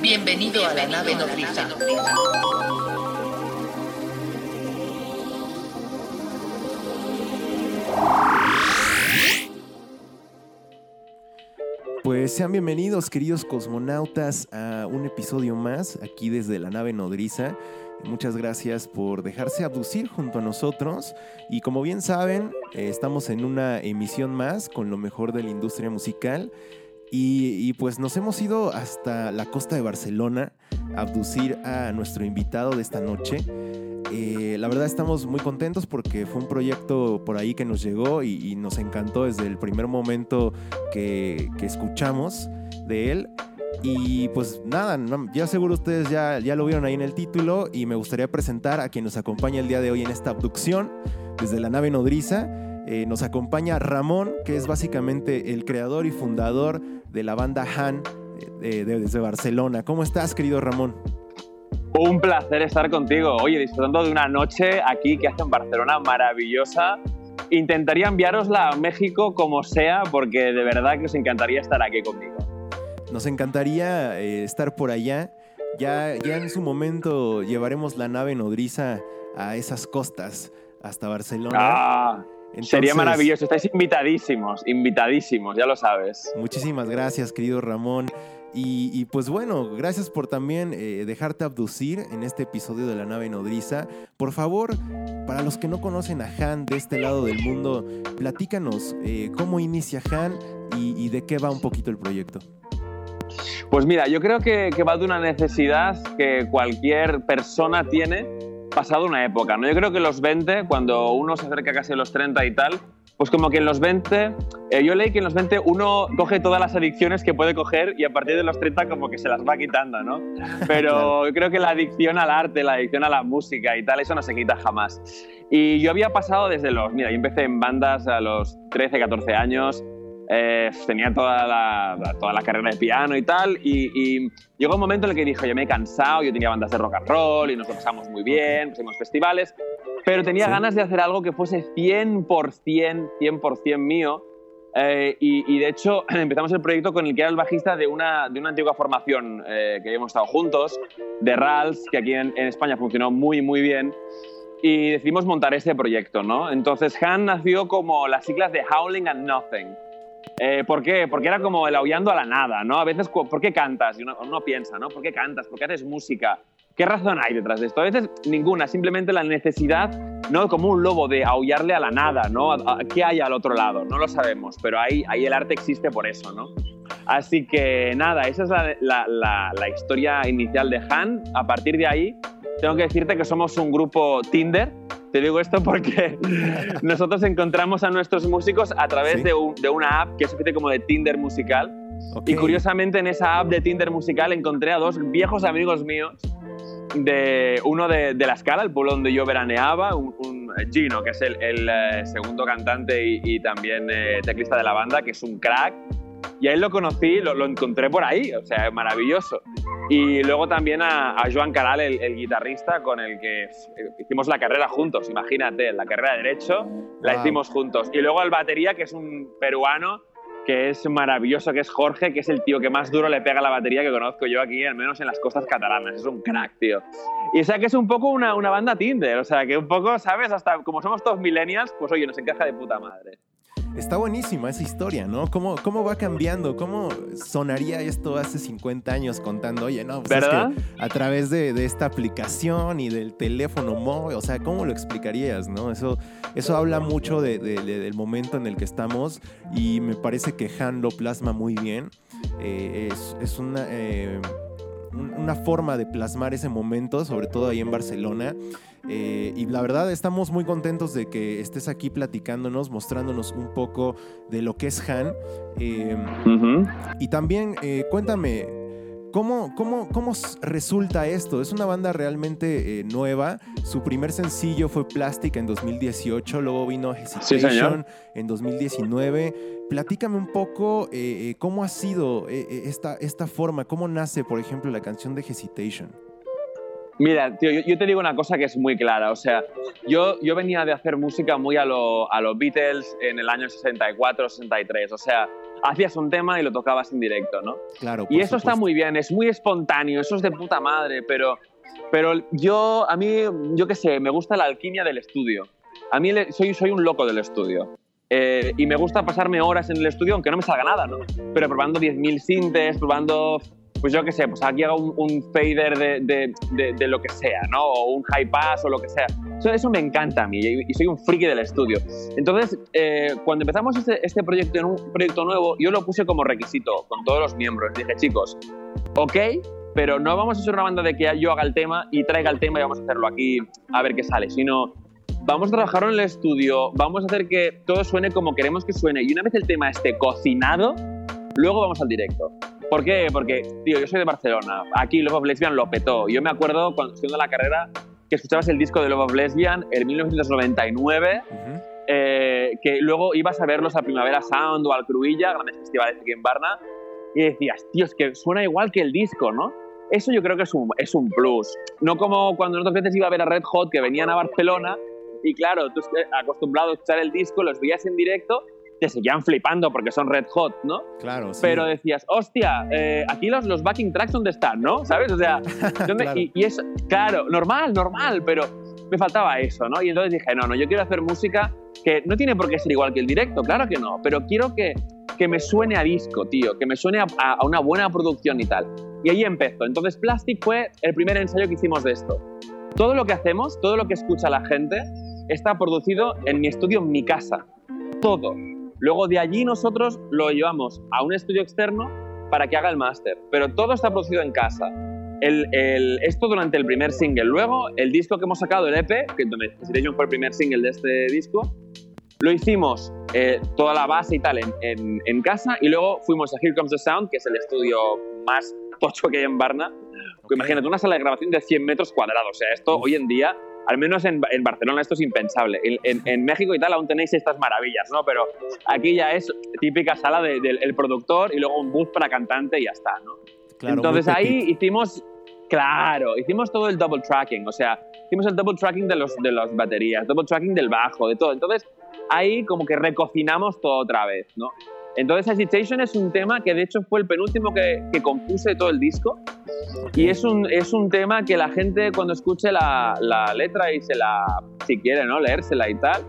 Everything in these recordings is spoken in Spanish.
Bienvenido a la nave nodriza. Pues sean bienvenidos, queridos cosmonautas, a un episodio más aquí desde la nave nodriza. Muchas gracias por dejarse abducir junto a nosotros. Y como bien saben, estamos en una emisión más con lo mejor de la industria musical. Y pues nos hemos ido hasta la costa de Barcelona a abducir a nuestro invitado de esta noche. La verdad estamos muy contentos porque fue un proyecto por ahí que nos llegó y nos encantó desde el primer momento que escuchamos de él. Y pues nada, ya seguro ustedes ya lo vieron ahí en el título, y me gustaría presentar a quien nos acompaña el día de hoy en esta abducción desde la nave nodriza. Nos acompaña Ramón, que es básicamente el creador y fundador de la banda Han desde Barcelona. ¿Cómo estás, querido Ramón? Un placer estar contigo. Oye, disfrutando de una noche aquí que hace en Barcelona maravillosa. Intentaría enviárosla a México como sea, porque de verdad que os encantaría estar aquí conmigo. Nos encantaría estar por allá. Ya en su momento llevaremos la nave nodriza a esas costas hasta Barcelona. Entonces, sería maravilloso. Estáis invitadísimos, ya lo sabes. Muchísimas gracias, querido Ramón. Y pues bueno, gracias por también dejarte abducir en este episodio de la nave nodriza. Por favor, para los que no conocen a Han de este lado del mundo, platícanos cómo inicia Han y de qué va un poquito el proyecto. Pues mira, yo creo que va de una necesidad que cualquier persona tiene pasado una época, ¿no? Yo creo que los 20, cuando uno se acerca casi a los 30 y tal, pues como que en los 20, yo leí que en los 20 uno coge todas las adicciones que puede coger y a partir de los 30 como que se las va quitando, ¿no? Pero claro, yo creo que la adicción al arte, la adicción a la música y tal, eso no se quita jamás. Y yo había pasado mira, yo empecé en bandas a los 13, 14 años, tenía toda la carrera de piano y tal, y llegó un momento en el que dije, yo me he cansado, yo tenía bandas de rock and roll y nos lo pasamos muy bien, hicimos festivales, pero tenía ganas de hacer algo que fuese 100% mío, y de hecho empezamos el proyecto con el que era el bajista de una antigua formación que habíamos estado juntos, de Rals, que aquí en España funcionó muy, muy bien. Y decidimos montar este proyecto, ¿no? Entonces Han nació como las siglas de Howling and Nothing. ¿Por qué? Porque era como el aullando a la nada, ¿no? A veces, ¿por qué cantas? Y uno piensa, ¿no? ¿Por qué cantas? ¿Por qué haces música? ¿Qué razón hay detrás de esto? A veces ninguna, simplemente la necesidad, ¿no? Como un lobo de aullarle a la nada, ¿no? ¿Qué hay al otro lado? No lo sabemos, pero ahí el arte existe por eso, ¿no? Así que nada, esa es la historia inicial de Han. A partir de ahí, tengo que decirte que somos un grupo Tinder. Te digo esto porque nosotros encontramos a nuestros músicos a través de una app que es especie como de Tinder musical. Okay. Y curiosamente en esa app de Tinder musical encontré a dos viejos amigos míos, uno de La Escala, el pueblo donde yo veraneaba, un Gino, que es el segundo cantante y también teclista de la banda, que es un crack. Y a él lo conocí, lo encontré por ahí, o sea, maravilloso. Y luego también a Joan Caral, el guitarrista, con el que hicimos la carrera juntos, imagínate, la carrera de Derecho la hicimos juntos. Y luego el batería, que es un peruano, que es maravilloso, que es Jorge, que es el tío que más duro le pega a la batería que conozco yo aquí, al menos en las costas catalanas. Es un crack, tío. Y o sea que es un poco una banda Tinder, o sea que un poco, ¿sabes? Hasta como somos todos millennials, pues oye, nos encaja de puta madre. Está buenísima esa historia, ¿no? ¿Cómo va cambiando? ¿Cómo sonaría esto hace 50 años contando, oye, no, pues ¿verdad? Es que a través de esta aplicación y del teléfono móvil, o sea, ¿cómo lo explicarías, no? Eso habla mucho del momento en el que estamos, y me parece que Han lo plasma muy bien. Es una forma de plasmar ese momento, sobre todo ahí en Barcelona. Y la verdad estamos muy contentos de que estés aquí platicándonos, mostrándonos un poco de lo que es Han. Y también cuéntame, ¿cómo resulta esto? Es una banda realmente nueva. Su primer sencillo fue Plastic en 2018, luego vino Hesitation en 2019. Platícame un poco cómo ha sido esta forma, cómo nace, por ejemplo, la canción de Hesitation. Mira, tío, yo te digo una cosa que es muy clara. O sea, yo venía de hacer música muy a los Beatles en el año 64, 63. O sea, hacías un tema y lo tocabas en directo, ¿no? Claro, y eso está muy bien, es muy espontáneo, eso es de puta madre, pero yo qué sé, me gusta la alquimia del estudio. A mí soy un loco del estudio. Y me gusta pasarme horas en el estudio, aunque no me salga nada, ¿no? Pero probando 10.000 sintes, probando, pues yo qué sé, pues aquí hago un fader de lo que sea, ¿no? O un high pass o lo que sea. Eso me encanta a mí y soy un friki del estudio. Entonces, cuando empezamos este proyecto en un proyecto nuevo, yo lo puse como requisito con todos los miembros. Dije, chicos, ok, pero no vamos a ser una banda de que yo haga el tema y traiga el tema y vamos a hacerlo aquí a ver qué sale, sino vamos a trabajarlo en el estudio, vamos a hacer que todo suene como queremos que suene y una vez el tema esté cocinado, luego vamos al directo. ¿Por qué? Porque, tío, yo soy de Barcelona, aquí Love of Lesbian lo petó. Yo me acuerdo cuando estudiando la carrera que escuchabas el disco de Love of Lesbian en 1999, que luego ibas a verlos a Primavera Sound o al Cruïlla, grandes festivales aquí en Barna, y decías, tío, es que suena igual que el disco, ¿no? Eso yo creo que es un plus. No como cuando otras veces iba a ver a Red Hot que venían a Barcelona y claro, tú acostumbrado a escuchar el disco, los veías en directo, te seguían flipando porque son Red Hot, ¿no? Claro, sí. Pero decías, hostia, aquí los backing tracks ¿dónde están, no? ¿Sabes? O sea, Claro. y eso, claro, normal, pero me faltaba eso, ¿no? Y entonces dije, no, yo quiero hacer música que no tiene por qué ser igual que el directo, claro que no, pero quiero que me suene a disco, tío, que me suene a una buena producción y tal. Y ahí empezó. Entonces Plastic fue el primer ensayo que hicimos de esto. Todo lo que hacemos, todo lo que escucha la gente, está producido en mi estudio, en mi casa. Todo. Luego de allí nosotros lo llevamos a un estudio externo para que haga el máster. Pero todo está producido en casa. Esto durante el primer single. Luego, el disco que hemos sacado, el EP, que donde Hesitation fue el primer single de este disco, lo hicimos toda la base y tal en casa y luego fuimos a Here Comes the Sound, que es el estudio más tocho que hay en Barna. Okay. Imagínate, una sala de grabación de 100 metros cuadrados. O sea, esto hoy en día, al menos en Barcelona, esto es impensable. En México y tal aún tenéis estas maravillas, ¿no? Pero aquí ya es típica sala del productor y luego un booth para cantante y ya está, ¿no? Claro, entonces ahí hicimos todo el double tracking. O sea, hicimos el double tracking de las baterías, double tracking del bajo, de todo. Entonces ahí como que recocinamos todo otra vez, ¿no? Entonces Hesitation es un tema que de hecho fue el penúltimo que compuse todo el disco. Okay. Y es un tema que la gente cuando escuche la letra y si quiere, ¿no? Leérsela y tal,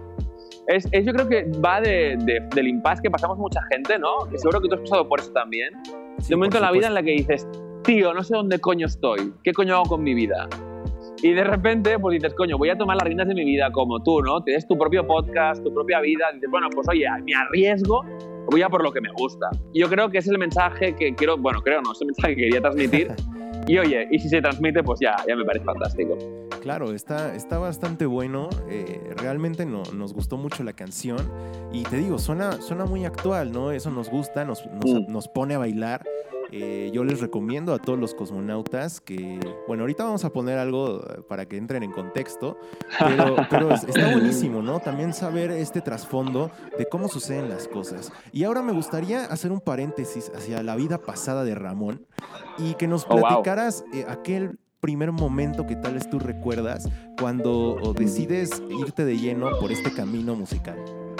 yo creo que va del impasse que pasamos mucha gente, ¿no? Que seguro que tú has pasado por eso también. Sí, de un momento en la vida en la que dices, tío, no sé dónde coño estoy, ¿qué coño hago con mi vida? Y de repente, pues dices, coño, voy a tomar las riendas de mi vida como tú, ¿no? Tienes tu propio podcast, tu propia vida. Dices, bueno, pues oye, me arriesgo, voy a por lo que me gusta. Y yo creo que es el mensaje que quiero, es el mensaje que quería transmitir. Y oye, y si se transmite, pues ya me parece fantástico. Claro, está bastante bueno. Realmente nos gustó mucho la canción. Y te digo, suena muy actual, ¿no? Eso nos gusta, nos pone a bailar. Yo les recomiendo a todos los cosmonautas que... Bueno, ahorita vamos a poner algo para que entren en contexto, pero está buenísimo, ¿no? También saber este trasfondo de cómo suceden las cosas. Y ahora me gustaría hacer un paréntesis hacia la vida pasada de Ramón y que nos platicaras aquel primer momento que tal vez tú recuerdas cuando decides irte de lleno por este camino musical.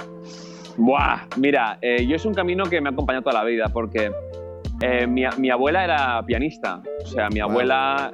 Buah, mira, yo es un camino que me ha acompañado toda la vida porque... mi abuela era pianista, o sea, mi abuela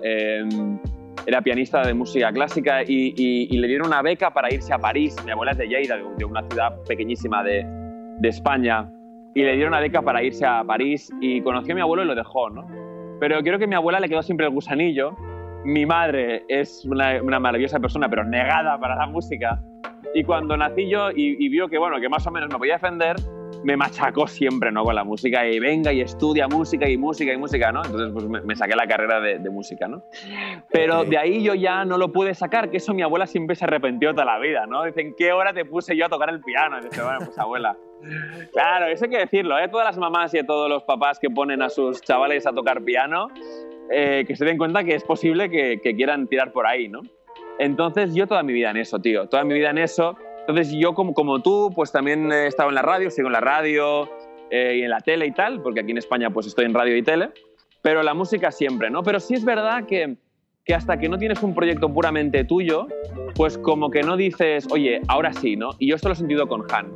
era pianista de música clásica y le dieron una beca para irse a París. Mi abuela es de Lleida, de una ciudad pequeñísima de España, y le dieron una beca para irse a París y conoció a mi abuelo y lo dejó, ¿no? Pero creo que a mi abuela le quedó siempre el gusanillo. Mi madre es una maravillosa persona, pero negada para la música. Y cuando nací yo y vio que, bueno, que más o menos me podía defender, me machacó siempre, ¿no? Con la música y venga y estudia música, ¿no? Entonces pues me saqué la carrera de música, ¿no? Pero de ahí yo ya no lo pude sacar, que eso mi abuela siempre se arrepintió toda la vida, ¿no? Dicen, ¿qué hora te puse yo a tocar el piano? Y dice, bueno, pues abuela. Claro, eso hay que decirlo, ¿eh? Todas las mamás y todos los papás que ponen a sus chavales a tocar piano, que se den cuenta que es posible que quieran tirar por ahí, ¿no? Entonces yo toda mi vida en eso, tío, toda mi vida en eso. Entonces yo como tú, pues también he estado en la radio, sigo en la radio y en la tele y tal, porque aquí en España pues estoy en radio y tele, pero la música siempre, ¿no? Pero sí es verdad que hasta que no tienes un proyecto puramente tuyo, pues como que no dices, oye, ahora sí, ¿no? Y yo esto lo he sentido con Han.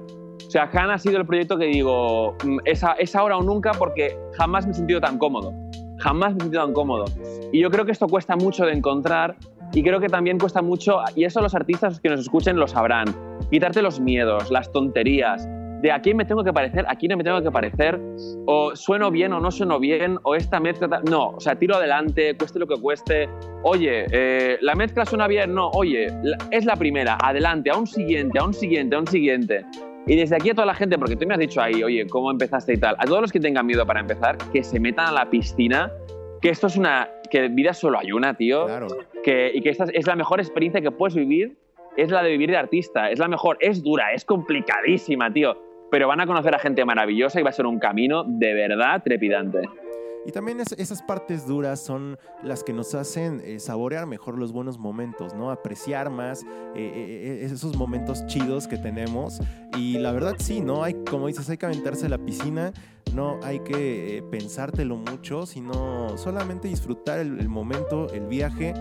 O sea, Han ha sido el proyecto que digo, es ahora o nunca, porque jamás me he sentido tan cómodo. Jamás me he sentido tan cómodo. Y yo creo que esto cuesta mucho de encontrar, y creo que también cuesta mucho, y eso los artistas que nos escuchen lo sabrán, quitarte los miedos, las tonterías, de a quién me tengo que parecer, a quién no me tengo que parecer, o sueno bien o no sueno bien, o esta mezcla... No, o sea, tiro adelante, cueste lo que cueste. Oye, la mezcla suena bien, no, oye, es la primera, adelante, a un siguiente, a un siguiente, a un siguiente. Y desde aquí a toda la gente, porque tú me has dicho ahí, oye, ¿cómo empezaste y tal? A todos los que tengan miedo para empezar, que se metan a la piscina, que esto es que vida solo hay una, tío. Claro. Y que esta es la mejor experiencia que puedes vivir, es la de vivir de artista. Es la mejor, es dura, es complicadísima, tío. Pero van a conocer a gente maravillosa y va a ser un camino de verdad trepidante. Y también esas partes duras son las que nos hacen saborear mejor los buenos momentos, ¿no? Apreciar más esos momentos chidos que tenemos. Y la verdad sí, ¿no? Como dices, hay que aventarse a la piscina, no hay que pensártelo mucho, sino solamente disfrutar el momento, el viaje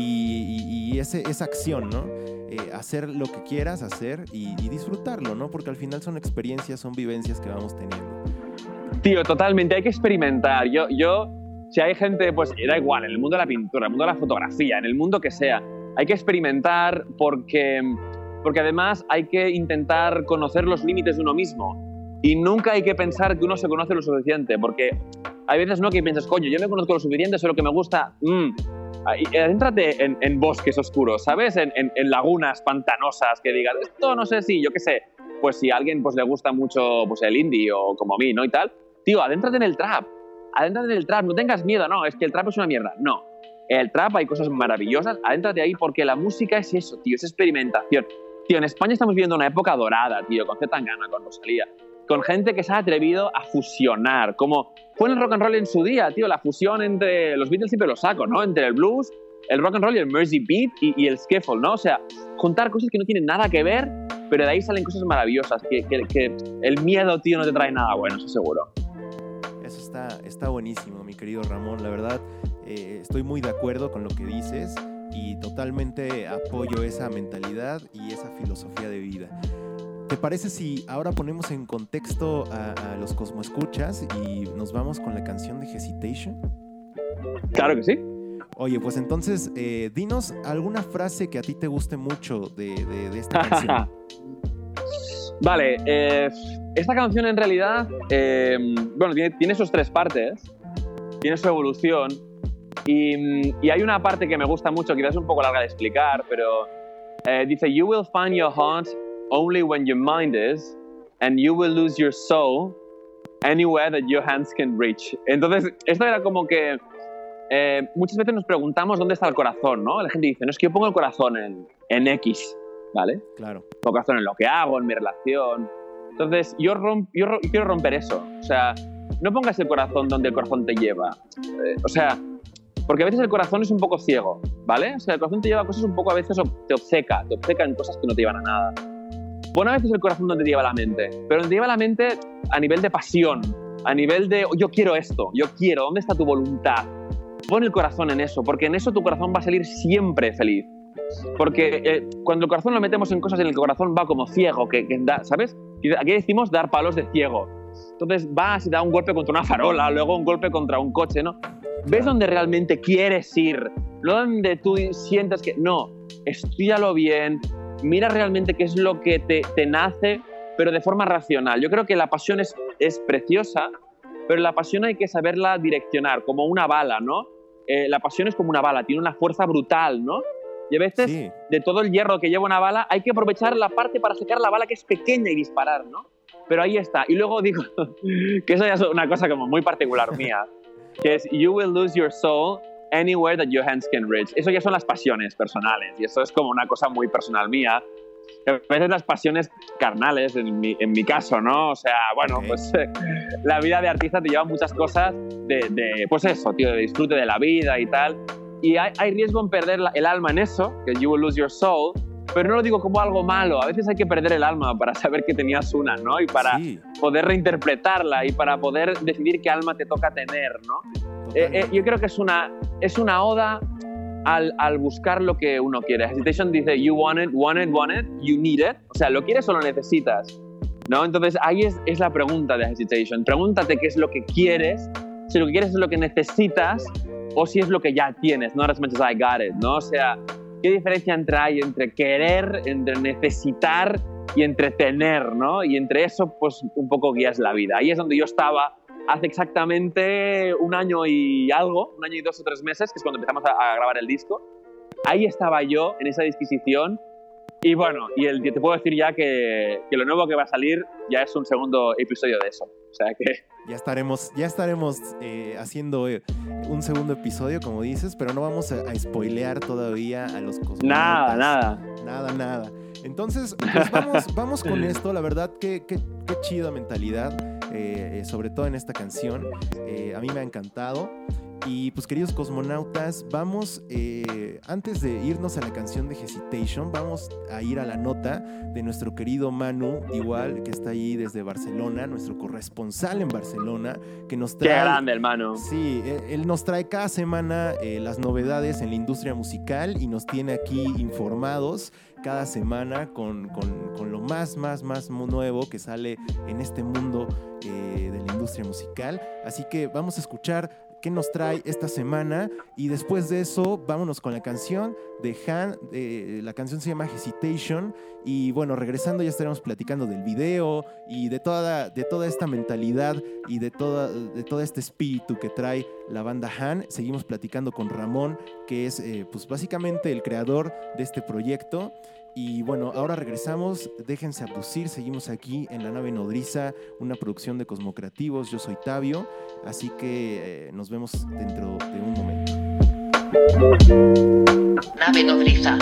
y esa acción, ¿no? Hacer lo que quieras hacer y disfrutarlo, ¿no? Porque al final son experiencias, son vivencias que vamos teniendo. Tío, totalmente, hay que experimentar. Yo, si hay gente, pues da igual, en el mundo de la pintura, en el mundo de la fotografía, en el mundo que sea, hay que experimentar porque además hay que intentar conocer los límites de uno mismo. Y nunca hay que pensar que uno se conoce lo suficiente, porque hay veces no que piensas, coño, yo me conozco lo suficiente, sé lo que me gusta. Adéntrate en bosques oscuros, ¿sabes? En lagunas pantanosas que digas, esto no sé si, yo qué sé, pues si a alguien pues, le gusta mucho pues, el indie o como a mí, ¿no? Y tal, tío, adéntrate en el trap, no tengas miedo, no, es que el trap es una mierda, no. El trap hay cosas maravillosas, adéntrate ahí porque la música es eso, tío, es experimentación. Tío, en España estamos viviendo una época dorada, tío, con Zetangana, con Rosalía, con gente que se ha atrevido a fusionar, como fue en el rock and roll en su día, tío, la fusión entre los Beatles siempre lo saco, ¿no? Entre el blues, el rock and roll y el Mersey beat y el skiffle, ¿no? O sea, juntar cosas que no tienen nada que ver, pero de ahí salen cosas maravillosas, que el miedo, tío, no te trae nada bueno, eso seguro. Eso está buenísimo, mi querido Ramón, la verdad, estoy muy de acuerdo con lo que dices y totalmente apoyo esa mentalidad y esa filosofía de vida. ¿Te parece si ahora ponemos en contexto a los Cosmoescuchas y nos vamos con la canción de Hesitation? Claro que sí. Oye, pues entonces, dinos alguna frase que a ti te guste mucho de esta canción. Vale, esta canción en realidad, bueno, tiene sus tres partes, tiene su evolución y hay una parte que me gusta mucho, quizás es un poco larga de explicar, pero dice, You will find your heart only when your mind is, and you will lose your soul anywhere that your hands can reach. Entonces, esto era como que muchas veces nos preguntamos dónde está el corazón, ¿no? La gente dice, no, es que yo pongo el corazón en X, ¿vale? Claro. Pongo el corazón en lo que hago, en mi relación. Entonces, yo quiero romper eso. O sea, no pongas el corazón donde el corazón te lleva. O sea, porque a veces el corazón es un poco ciego, ¿vale? O sea, el corazón te lleva a cosas un poco, a veces te obceca en cosas que no te llevan a nada. Pon a veces el corazón donde te lleva la mente, pero donde te lleva la mente a nivel de pasión, a nivel de yo quiero esto, yo quiero, ¿dónde está tu voluntad? Pon el corazón en eso, porque en eso tu corazón va a salir siempre feliz. Porque cuando el corazón lo metemos en cosas en el que el corazón va como ciego, que da, ¿sabes? Aquí decimos dar palos de ciego. Entonces vas y da un golpe contra una farola, luego un golpe contra un coche, ¿no? Ves donde realmente quieres ir, no donde tú sientes que... No, estudialo bien, mira realmente qué es lo que te nace, pero de forma racional. Yo creo que la pasión es preciosa, pero la pasión hay que saberla direccionar, como una bala, ¿no? La pasión es como una bala, tiene una fuerza brutal, ¿no? Y a veces, sí, de todo el hierro que lleva una bala, hay que aprovechar la parte para sacar la bala que es pequeña y disparar, ¿no? Pero ahí está. Y luego digo que eso ya es una cosa como muy particular mía, que es You will lose your soul anywhere that your hands can reach. Eso ya son las pasiones personales y eso es como una cosa muy personal mía. A veces las pasiones carnales, en mi caso, ¿no? O sea, bueno, okay, pues la vida de artista te lleva muchas cosas pues eso, tío, de disfrute de la vida y tal. Y hay riesgo en perder el alma en eso, que you will lose your soul, pero no lo digo como algo malo. A veces hay que perder el alma para saber que tenías una, ¿no? Y para poder reinterpretarla y para poder decidir qué alma te toca tener, ¿no? Yo creo que es una oda al buscar lo que uno quiere. Hesitation dice, you want it, you need it. O sea, ¿lo quieres o lo necesitas? ¿no? Entonces ahí es la pregunta de Hesitation. Pregúntate qué es lo que quieres, si lo que quieres es lo que necesitas o si es lo que ya tienes, not as much as I got it, ¿no? O sea, ¿qué diferencia hay entre querer, entre necesitar y entre tener, ¿no? Y entre eso, pues un poco guías la vida. Ahí es donde yo estaba hace exactamente un año y algo, un año y 2 o 3 meses, que es cuando empezamos a grabar el disco. Ahí estaba yo, en esa disquisición. Y bueno, te puedo decir ya que lo nuevo que va a salir ya es un segundo episodio de eso. O sea que... Ya estaremos haciendo un segundo episodio, como dices, pero no vamos a spoilear todavía a los cosmonautas. Nada. Entonces, pues vamos con esto. La verdad, qué chida mentalidad, sobre todo en esta canción. A mí me ha encantado. Y pues, queridos cosmonautas, vamos, antes de irnos a la canción de Hesitation, vamos a ir a la nota de nuestro querido Manu, igual, que está ahí desde Barcelona, nuestro corresponsal en Barcelona, que nos trae... ¡Qué grande, hermano! Sí, él nos trae cada semana las novedades en la industria musical y nos tiene aquí informados cada semana con lo más nuevo que sale en este mundo de la industria musical. Así que vamos a escuchar qué nos trae esta semana y después de eso vámonos con la canción de Han. La canción se llama Hesitation y bueno, regresando ya estaremos platicando del video y de toda esta mentalidad y de todo este espíritu que trae la banda Han. Seguimos platicando con Ramón, que es pues básicamente el creador de este proyecto. Y bueno, ahora regresamos, déjense abducir, seguimos aquí en La Nave Nodriza, una producción de Cosmocreativos. Yo soy Tabio, así que nos vemos dentro de un momento. Nave Nodriza.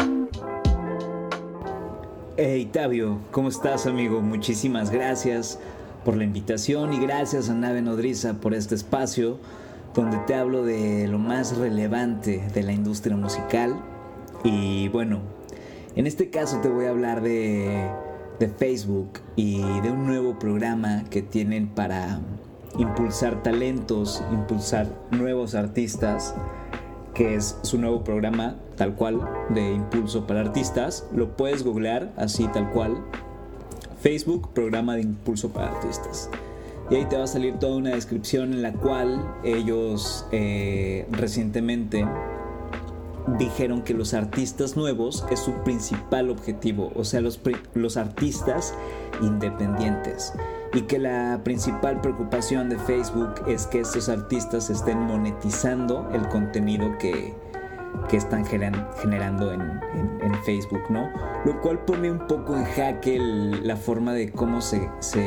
Hey Tabio, ¿cómo estás, amigo? Muchísimas gracias por la invitación y gracias a Nave Nodriza por este espacio donde te hablo de lo más relevante de la industria musical. Y bueno, en este caso te voy a hablar de Facebook y de un nuevo programa que tienen para impulsar talentos, impulsar nuevos artistas, que es su nuevo programa tal cual de impulso para artistas. Lo puedes googlear así tal cual, Facebook, programa de impulso para artistas. Y ahí te va a salir toda una descripción en la cual ellos recientemente dijeron que los artistas nuevos es su principal objetivo, o sea, los artistas independientes, y que la principal preocupación de Facebook es que estos artistas estén monetizando el contenido que están generando en Facebook, ¿no? Lo cual pone un poco en jaque la forma de cómo se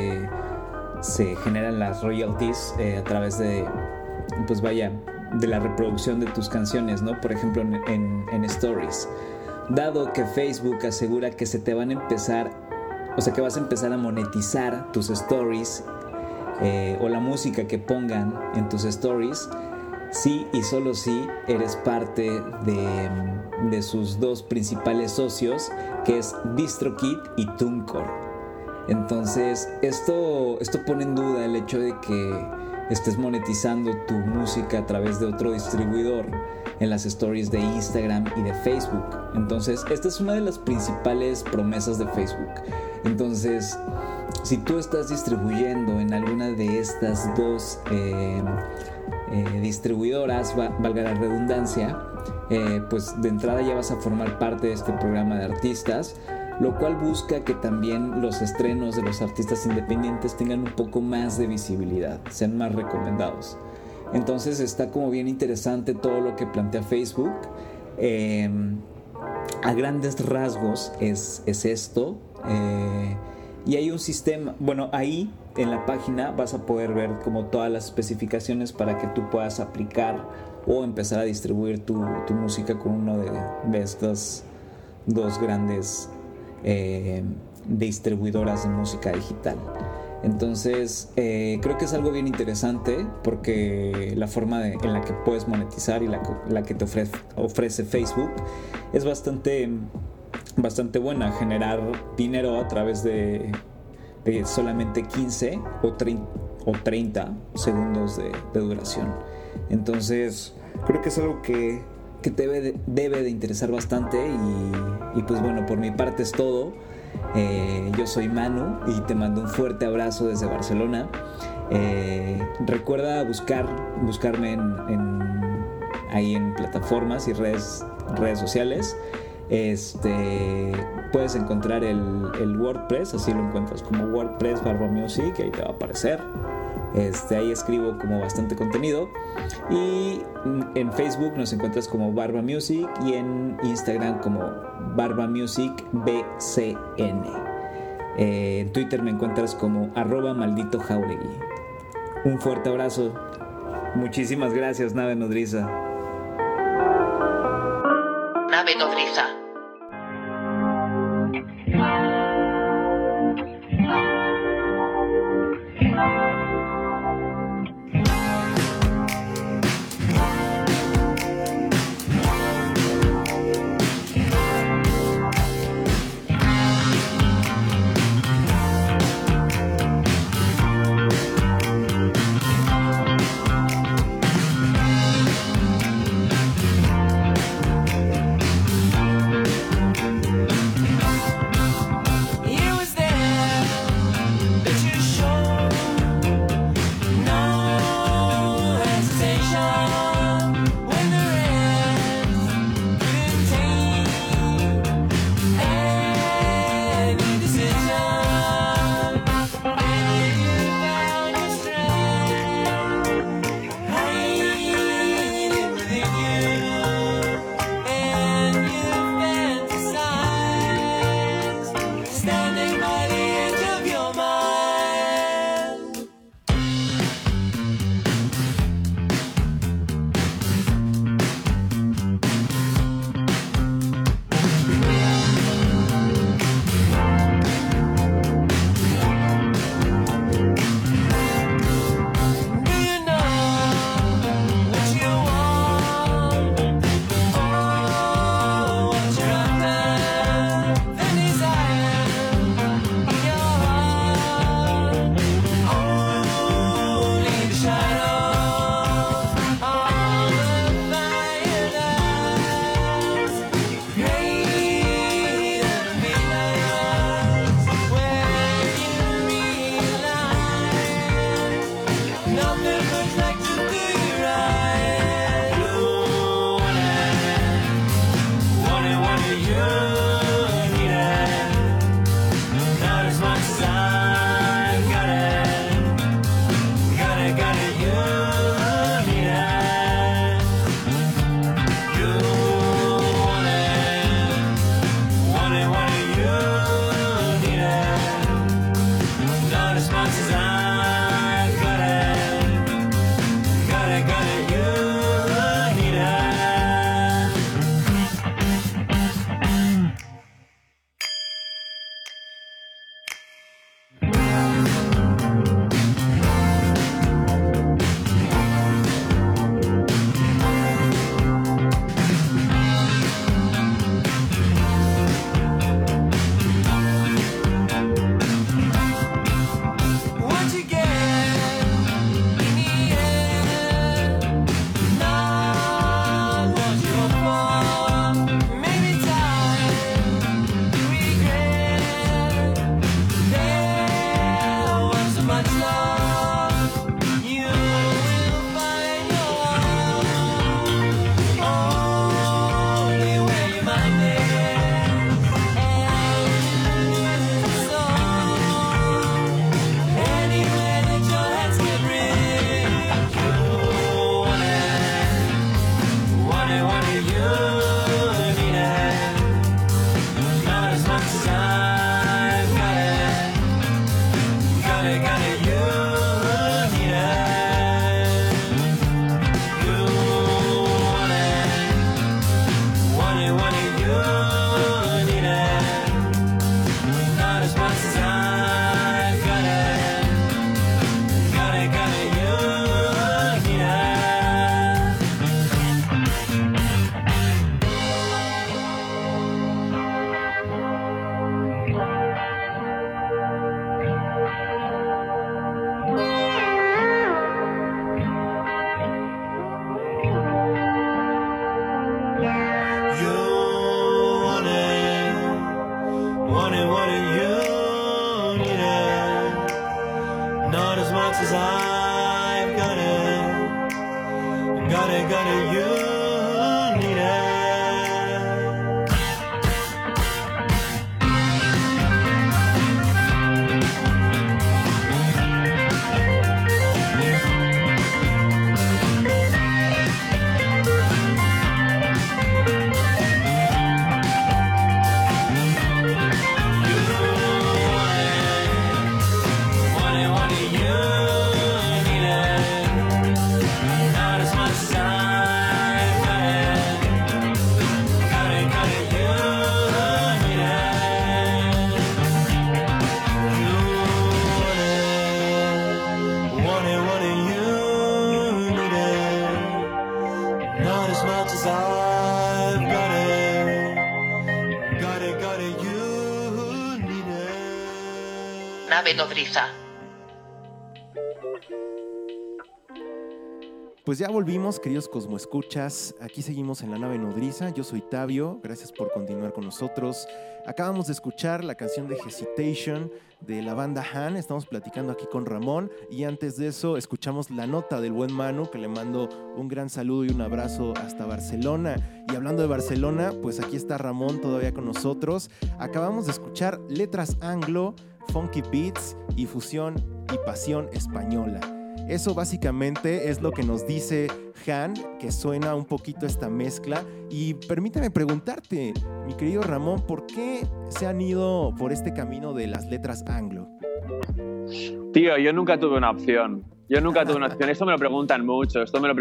generan las royalties a través de, pues vaya, de la reproducción de tus canciones, ¿no? Por ejemplo, en Stories. Dado que Facebook asegura que se te van a empezar, o sea, que vas a empezar a monetizar tus stories o la música que pongan en tus stories, sí y solo si eres parte de sus dos principales socios, que es DistroKid y TuneCore. Entonces, esto pone en duda el hecho de que estés monetizando tu música a través de otro distribuidor en las stories de Instagram y de Facebook. Entonces, esta es una de las principales promesas de Facebook. Entonces, si tú estás distribuyendo en alguna de estas dos distribuidoras, valga la redundancia, pues de entrada ya vas a formar parte de este programa de artistas, lo cual busca que también los estrenos de los artistas independientes tengan un poco más de visibilidad, sean más recomendados. Entonces está como bien interesante todo lo que plantea Facebook. A grandes rasgos es esto. Y hay un sistema, bueno, ahí en la página vas a poder ver como todas las especificaciones para que tú puedas aplicar o empezar a distribuir tu música con uno de estas dos grandes distribuidoras de música digital. Entonces creo que es algo bien interesante porque la forma en la que puedes monetizar y la que te ofrece Facebook es bastante buena. Generar dinero a través de solamente 15 o 30 segundos de duración. Entonces creo que es algo que te debe de interesar bastante y pues bueno, por mi parte es todo. Yo soy Manu y te mando un fuerte abrazo desde Barcelona. Recuerda buscarme ahí en plataformas y redes sociales. Puedes encontrar el WordPress, así lo encuentras como WordPress Barba Music, ahí te va a aparecer. Ahí escribo como bastante contenido, y en Facebook nos encuentras como Barba Music y en Instagram como Barba Music BCN. En Twitter me encuentras como @maldito_jauregui. Un fuerte abrazo. Muchísimas gracias, Nave Nodriza. Nave nodriza. Gotta, you need it. Nave nodriza. Pues ya volvimos, queridos cosmoescuchas. Aquí seguimos en la nave nodriza. Yo soy Tabio. Gracias por continuar con nosotros. Acabamos de escuchar la canción de Hesitation de la banda Han. Estamos platicando aquí con Ramón. Y antes de eso, escuchamos la nota del buen Manu, que le mando un gran saludo y un abrazo hasta Barcelona. Y hablando de Barcelona, pues aquí está Ramón todavía con nosotros. Acabamos de escuchar letras anglo, funky beats y fusión y pasión española. Eso básicamente es lo que nos dice Han, que suena un poquito esta mezcla. Y permíteme preguntarte, mi querido Ramón, ¿por qué se han ido por este camino de las letras anglo? Tío, yo nunca tuve una opción. Esto me lo preguntan mucho,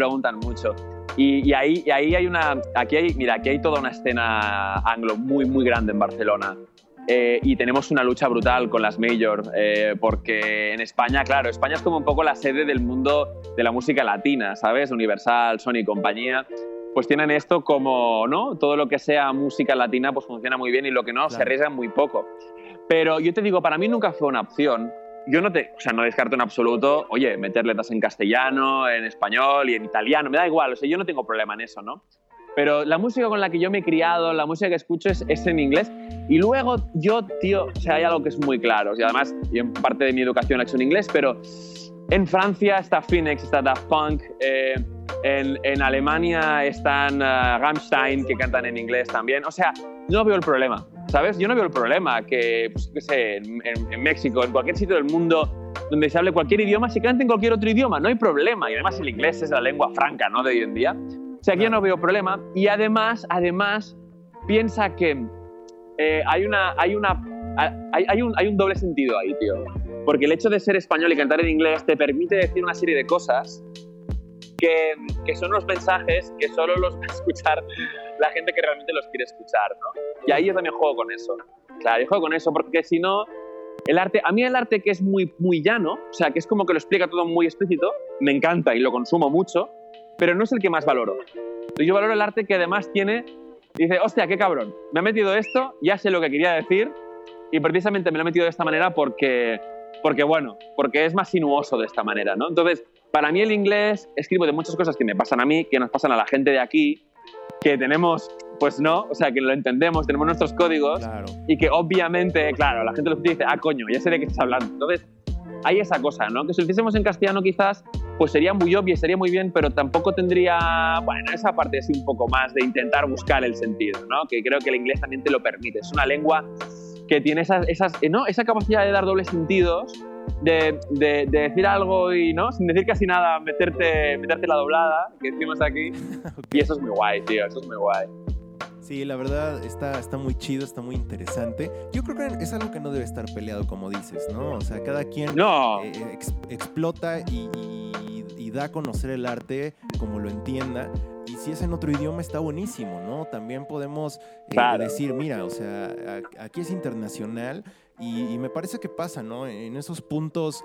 Y ahí hay una... Aquí hay toda una escena anglo muy, muy grande en Barcelona. Y tenemos una lucha brutal con las major, porque en España, claro, España es como un poco la sede del mundo de la música latina, ¿sabes? Universal, Sony y compañía, pues tienen esto como, ¿no? Todo lo que sea música latina pues funciona muy bien y lo que no, claro, se arriesgan muy poco. Pero yo te digo, para mí nunca fue una opción. Yo no descarto en absoluto, oye, meter letras en castellano, en español y en italiano, me da igual, o sea, yo no tengo problema en eso, ¿no? Pero la música con la que yo me he criado, la música que escucho es en inglés. Y luego yo, tío, o sea, hay algo que es muy claro. Y además, y en parte de mi educación la he hecho en inglés, pero en Francia está Phoenix, está Daft Punk. En Alemania están Rammstein, que cantan en inglés también. O sea, no veo el problema, ¿sabes? Yo no veo el problema que, pues, qué sé, en México, en cualquier sitio del mundo donde se hable cualquier idioma, se cante en cualquier otro idioma. No hay problema. Y además el inglés es la lengua franca, ¿no?, de hoy en día. O sea, aquí yo no veo problema. Y además piensa que hay un doble sentido ahí, tío. Porque el hecho de ser español y cantar en inglés te permite decir una serie de cosas que son los mensajes que solo los va a escuchar la gente que realmente los quiere escuchar, ¿no? Y ahí yo también juego con eso. Claro, yo juego con eso porque si no, a mí el arte que es muy, muy llano, o sea, que es como que lo explica todo muy explícito, me encanta y lo consumo mucho, pero no es el que más valoro. Yo valoro el arte que además dice, hostia, qué cabrón, me ha metido esto, ya sé lo que quería decir y precisamente me lo he metido de esta manera porque es más sinuoso de esta manera, ¿no? Entonces, para mí el inglés, escribo de muchas cosas que me pasan a mí, que nos pasan a la gente de aquí, que tenemos, pues no, o sea, que lo entendemos, tenemos nuestros códigos, claro, y que obviamente, claro, la gente lo dice, coño, ya sé de qué estás hablando. Entonces, hay esa cosa, ¿no? Que si lo hiciésemos en castellano quizás, pues sería muy obvio y sería muy bien, pero tampoco tendría, bueno, esa parte así un poco más de intentar buscar el sentido, ¿no? Que creo que el inglés también te lo permite. Es una lengua que tiene esa capacidad de dar dobles sentidos, de decir algo y, ¿no?, sin decir casi nada, meterte la doblada, que decimos aquí. Okay. Y eso es muy guay, tío, eso es muy guay. Sí, la verdad está muy chido, está muy interesante. Yo creo que es algo que no debe estar peleado, como dices, ¿no? O sea, cada quien explota y da a conocer el arte como lo entienda. Y si es en otro idioma está buenísimo, ¿no? También podemos decir, mira, o sea, aquí es internacional y me parece que pasa, ¿no? En esos puntos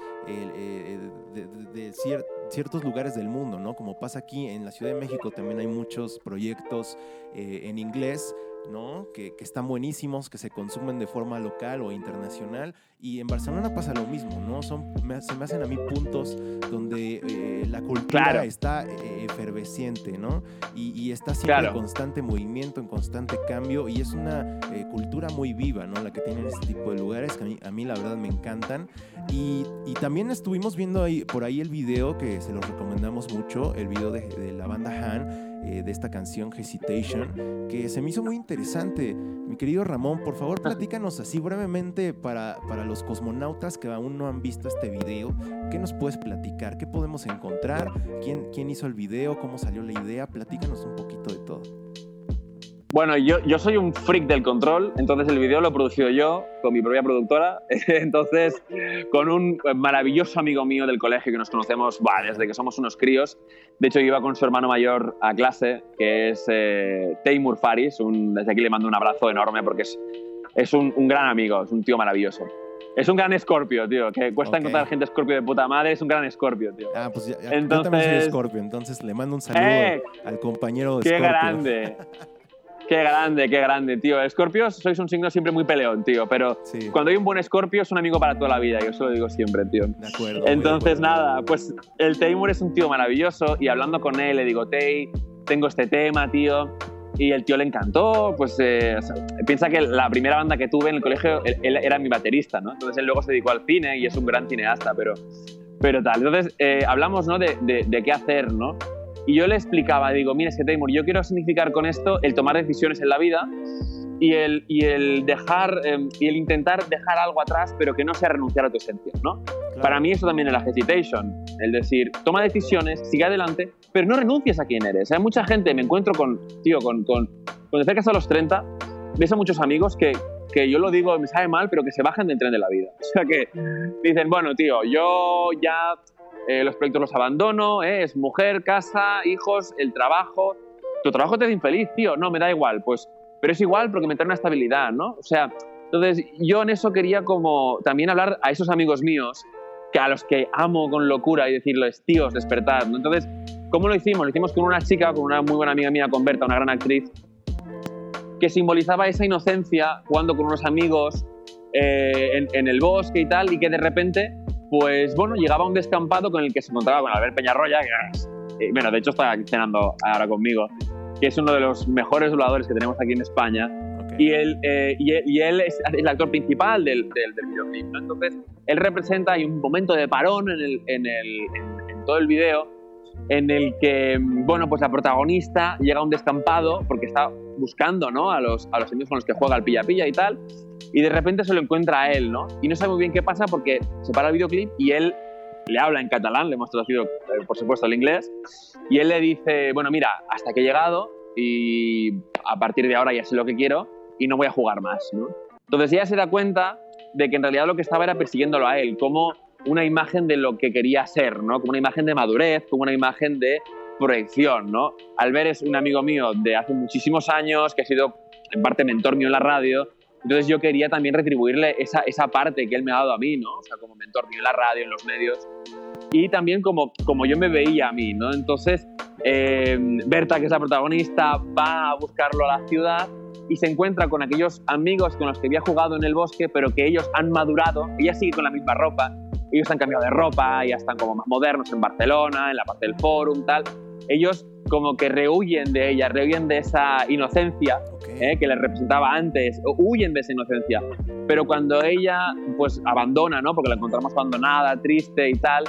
de ciertos lugares del mundo, ¿no? Como pasa aquí en la Ciudad de México, también hay muchos proyectos en inglés ¿no? Que están buenísimos, que se consumen de forma local o internacional. Y en Barcelona pasa lo mismo, ¿no? Se me hacen a mí puntos donde la cultura está efervesciente, ¿no? Y está siempre en constante movimiento, en constante cambio, y es una cultura muy viva, ¿no? La que tienen este tipo de lugares, que a mí la verdad me encantan. Y también estuvimos viendo por ahí el video, que se los recomendamos mucho, el video de la banda Han, de esta canción Hesitation, que se me hizo muy interesante. Mi querido Ramón, por favor, platícanos así brevemente para los cosmonautas que aún no han visto este video. ¿Qué nos puedes platicar? ¿Qué podemos encontrar? ¿Quién hizo el video? ¿Cómo salió la idea? Platícanos un poquito de todo. Bueno, yo soy un freak del control, entonces el video lo he producido yo con mi propia productora, entonces con un maravilloso amigo mío del colegio que nos conocemos desde que somos unos críos. De hecho, yo iba con su hermano mayor a clase, que es Teimur Faris. Desde aquí le mando un abrazo enorme porque es un gran amigo, es un tío maravilloso. Es un gran Scorpio, tío, que cuesta encontrar gente Scorpio de puta madre, es un gran Scorpio, tío. Ah, pues entonces, yo también soy Scorpio, entonces le mando un saludo al compañero de Scorpio. ¡Qué grande! Qué grande, tío. Escorpios sois un signo siempre muy peleón, tío, pero cuando hay un buen Escorpio es un amigo para toda la vida, yo se lo digo siempre, tío. De acuerdo. Entonces, nada, pues el Teimur es un tío maravilloso y hablando con él le digo, Tei, tengo este tema, tío, y el tío le encantó, pues piensa que la primera banda que tuve en el colegio, él era mi baterista, ¿no? Entonces él luego se dedicó al cine y es un gran cineasta, pero tal. Entonces hablamos, ¿no? de qué hacer, ¿no? Y yo le explicaba, digo, mira, es que Teimur, yo quiero significar con esto el tomar decisiones en la vida y el intentar dejar algo atrás, pero que no sea renunciar a tu esencia, ¿no? Claro. Para mí eso también es la hesitation, el decir, toma decisiones, sigue adelante, pero no renuncies a quién eres. Hay mucha gente, me encuentro cuando te acercas a los 30, ves a muchos amigos que yo lo digo, me sabe mal, pero que se bajan del tren de la vida. O sea que dicen, bueno, tío, yo ya... los proyectos los abandono, es mujer, casa, hijos, el trabajo. Tu trabajo te hace infeliz, tío. No, me da igual. Pues, pero es igual porque me trae una estabilidad, ¿no? O sea, entonces yo en eso quería como también hablar a esos amigos míos que a los que amo con locura y decirles, tíos, despertad, ¿no? Entonces, ¿cómo lo hicimos? Lo hicimos con una chica, con una muy buena amiga mía, con Berta, una gran actriz, que simbolizaba esa inocencia jugando con unos amigos en el bosque y tal, y que de repente... pues bueno, llegaba a un descampado con el que se encontraba con Albert Peñarroya, que bueno, de hecho está cenando ahora conmigo, que es uno de los mejores dobladores que tenemos aquí en España. Okay. Y él es el actor principal del videoclip, ¿no? Entonces, él representa, hay un momento de parón en todo el video, en el que, bueno, pues la protagonista llega a un descampado porque está buscando, ¿no? a los amigos con los que juega al pilla-pilla y tal, y de repente se lo encuentra a él, ¿no? Y no sabe muy bien qué pasa porque se para el videoclip y él le habla en catalán, le hemos traducido, por supuesto, al inglés, y él le dice, bueno, mira, hasta que he llegado y a partir de ahora ya sé lo que quiero y no voy a jugar más, ¿no? Entonces ella se da cuenta de que en realidad lo que estaba era persiguiéndolo a él, como una imagen de lo que quería ser, ¿no? Como una imagen de madurez, como una imagen de proyección, ¿no? Albert es un amigo mío de hace muchísimos años, que ha sido en parte mentor mío en la radio. Entonces yo quería también retribuirle esa parte que él me ha dado a mí, ¿no? O sea, como mentor mío en la radio, en los medios. Y también como yo me veía a mí, ¿no? Entonces, Berta, que es la protagonista, va a buscarlo a la ciudad y se encuentra con aquellos amigos con los que había jugado en el bosque, pero que ellos han madurado. Ella sigue con la misma ropa. Ellos han cambiado de ropa, ya están como más modernos en Barcelona, en la parte del Fórum, tal. Ellos como que rehuyen de ella, rehuyen de esa inocencia que les representaba antes, huyen de esa inocencia. Pero cuando ella pues abandona, ¿no? Porque la encontramos abandonada, triste y tal,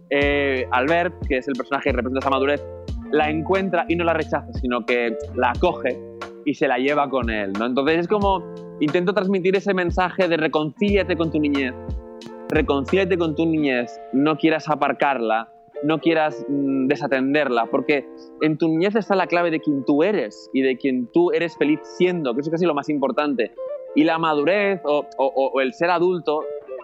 Albert, que es el personaje que representa esa madurez, la encuentra y no la rechaza, sino que la acoge y se la lleva con él, ¿no? Entonces es como, intento transmitir ese mensaje de reconcíliate con tu niñez, reconcíliate con tu niñez, no quieras aparcarla, no quieras desatenderla, porque en tu niñez está la clave de quién tú eres y de quién tú eres feliz siendo, que eso es casi lo más importante. Y la madurez o el ser adulto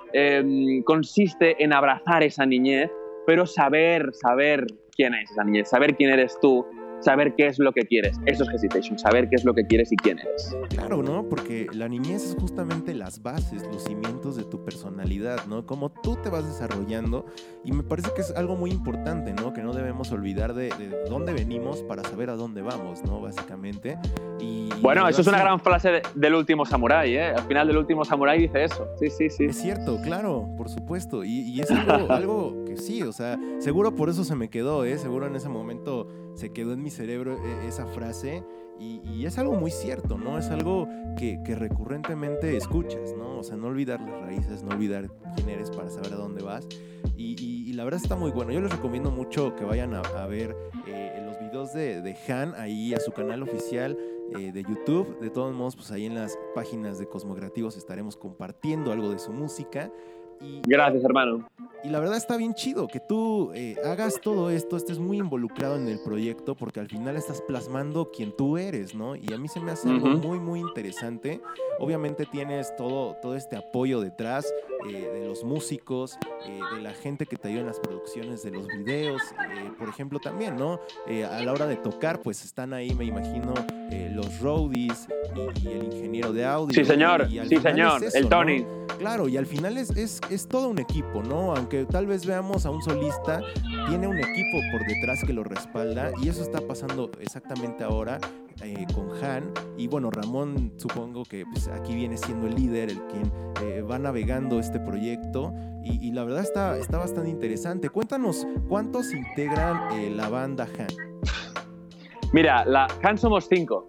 consiste en abrazar esa niñez, pero saber quién es esa niñez, saber quién eres tú saber qué es lo que quieres. Eso es Hesitation, saber qué es lo que quieres y quién eres. Claro, ¿no? Porque la niñez es justamente las bases, los cimientos de tu personalidad, ¿no? Cómo tú te vas desarrollando, y me parece que es algo muy importante, ¿no? Que no debemos olvidar de dónde venimos para saber a dónde vamos, ¿no? Básicamente. Y bueno, eso es una gran frase del último samurái, ¿eh? Al final del último samurái dice eso. Sí. Es cierto, claro, por supuesto. Y es algo que sí, o sea, seguro por eso se me quedó, ¿eh? Seguro en ese momento se quedó en mi cerebro esa frase. Y es algo muy cierto, ¿no? Es algo que recurrentemente escuchas, ¿no? O sea, no olvidar las raíces, no olvidar quién eres para saber a dónde vas. Y la verdad está muy bueno. Yo les recomiendo mucho que vayan a ver los videos de Han ahí a su canal oficial de YouTube. De todos modos, pues ahí en las páginas de Cosmocreativos estaremos compartiendo algo de su música. Gracias, hermano. Y la verdad está bien chido que tú hagas todo esto, estés muy involucrado en el proyecto, porque al final estás plasmando quién tú eres, ¿no? Y a mí se me hace algo muy, muy interesante. Obviamente tienes todo este apoyo detrás de los músicos, de la gente que te ayuda en las producciones de los videos, por ejemplo también, ¿no? A la hora de tocar, pues están ahí, me imagino, los roadies y el ingeniero de audio. Sí, señor, eso, el Tony. ¿no? Claro, y al final es todo un equipo, ¿no? Aunque tal vez veamos a un solista, tiene un equipo por detrás que lo respalda, y eso está pasando exactamente ahora con Han. Y bueno, Ramón supongo que pues, aquí viene siendo el líder, el quien va navegando este proyecto, y la verdad está bastante interesante. Cuéntanos, ¿cuántos integran la banda Han? Mira, Han somos 5.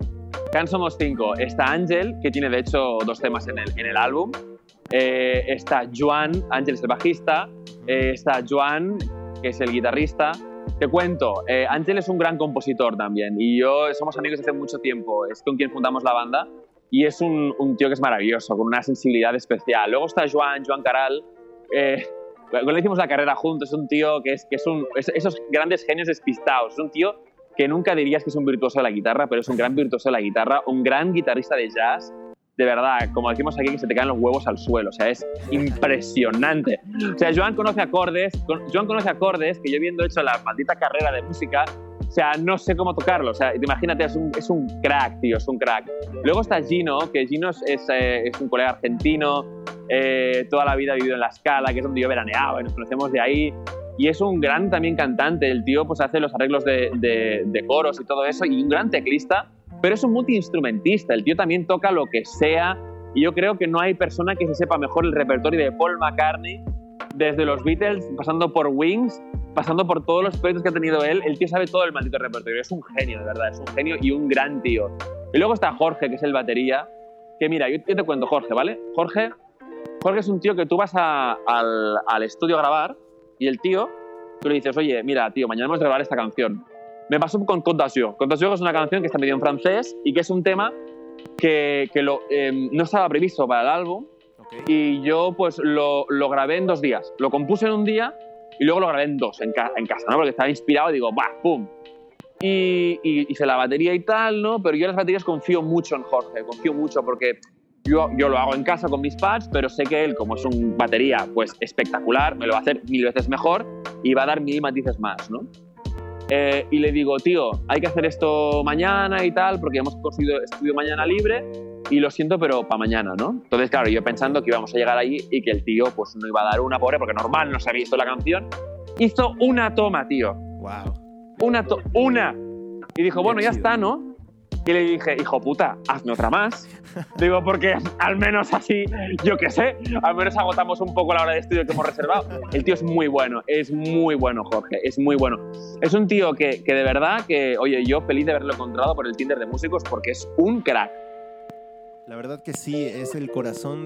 Está Ángel, que tiene de hecho 2 temas en el álbum. Está Joan, Ángel es el bajista. Está Joan, que es el guitarrista. Te cuento, Ángel es un gran compositor también, y yo somos amigos desde hace mucho tiempo. Es con quien fundamos la banda, y es un tío que es maravilloso, con una sensibilidad especial. Luego está Joan Caral, le hicimos la carrera juntos. Es un tío que es esos grandes genios despistados. Es un tío que nunca dirías que es un virtuoso de la guitarra, pero es un gran virtuoso de la guitarra, un gran guitarrista de jazz. De verdad, como decimos aquí, que se te caen los huevos al suelo. O sea, es impresionante. O sea, Joan conoce acordes que yo, viendo hecho la maldita carrera de música, o sea, no sé cómo tocarlo. O sea, imagínate, es un crack, tío, es un crack. Luego está Gino, que Gino es un colega argentino, toda la vida ha vivido en La Scala, que es donde yo veraneaba, y nos conocemos de ahí. Y es un gran también cantante. El tío pues hace los arreglos de coros y todo eso, y un gran teclista, pero es un multiinstrumentista. El tío también toca lo que sea, y yo creo que no hay persona que se sepa mejor el repertorio de Paul McCartney, desde los Beatles, pasando por Wings, pasando por todos los proyectos que ha tenido él. El tío sabe todo el maldito repertorio. Es un genio, de verdad, es un genio y un gran tío. Y luego está Jorge, que es el batería, que mira, yo te cuento Jorge, ¿vale? Jorge es un tío que tú vas al estudio a grabar, y el tío, tú le dices, oye, mira, tío, mañana vamos a grabar esta canción. Me pasó con Côte d'Azur. Côte d'Azur es una canción que está medio en francés y que es un tema que no estaba previsto para el álbum. Okay. Y yo pues lo grabé en 2 días. Lo compuse en un día y luego lo grabé en 2 en casa, ¿no? Porque estaba inspirado y digo, ¡bah! ¡Pum! Y hice la batería y tal, ¿no? Pero yo en las baterías confío mucho en Jorge. Confío mucho porque yo lo hago en casa con mis pads, pero sé que él, como es un batería pues espectacular, me lo va a hacer 1000 veces mejor y va a dar 1000 matices más, ¿no? Y le digo, tío, hay que hacer esto mañana y tal, porque hemos conseguido estudio mañana libre y lo siento, pero para mañana, ¿no? Entonces, claro, yo pensando que íbamos a llegar ahí y que el tío pues no iba a dar una, pobre, porque normal, no se había visto la canción. Hizo una toma, tío. Wow. Una. Y dijo, bueno, ya está, ¿no? Y le dije, hijo puta, hazme otra más. Digo, porque al menos así, yo qué sé, al menos agotamos un poco la hora de estudio que hemos reservado. El tío es muy bueno, Jorge, es muy bueno. Es un tío que de verdad, que, oye, yo feliz de haberlo encontrado por el Tinder de músicos, porque es un crack. La verdad que sí, es el corazón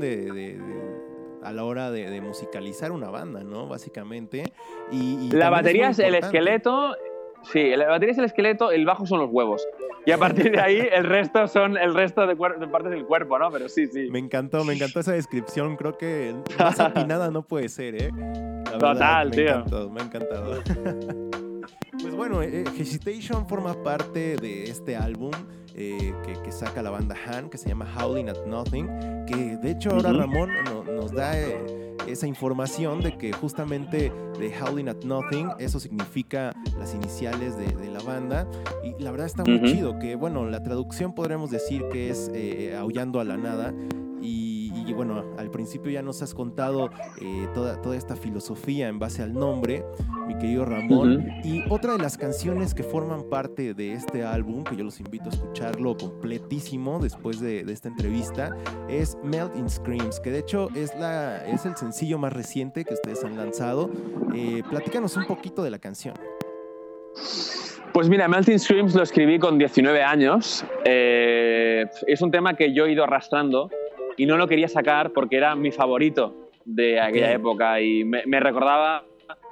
a la hora de musicalizar una banda, ¿no? Básicamente. Y la batería es el esqueleto. Sí, la batería es el esqueleto, el bajo son los huevos. Y a partir de ahí, el resto de partes del cuerpo, ¿no? Pero sí. Me encantó esa descripción. Creo que más afinada no puede ser, ¿eh? La total, verdad, tío. Me ha encantado. Pues bueno, Hesitation forma parte de este álbum que saca la banda Han, que se llama Howling at Nothing, que de hecho ahora Ramón nos da esa información de que justamente de Howling at Nothing, eso significa las iniciales de la banda. Y la verdad está muy Ujú. chido, que bueno, la traducción podremos decir que es Aullando a la Nada. Y bueno, al principio ya nos has contado toda esta filosofía en base al nombre, mi querido Ramón. Ujú. Y otra de las canciones que forman parte de este álbum, que yo los invito a escucharlo completísimo después de esta entrevista, es Melt in Screams, que de hecho es el sencillo más reciente que ustedes han lanzado. Platícanos un poquito de la canción. Pues mira, Melting Screams lo escribí con 19 años. Es un tema que yo he ido arrastrando y no lo quería sacar porque era mi favorito de aquella época y me recordaba...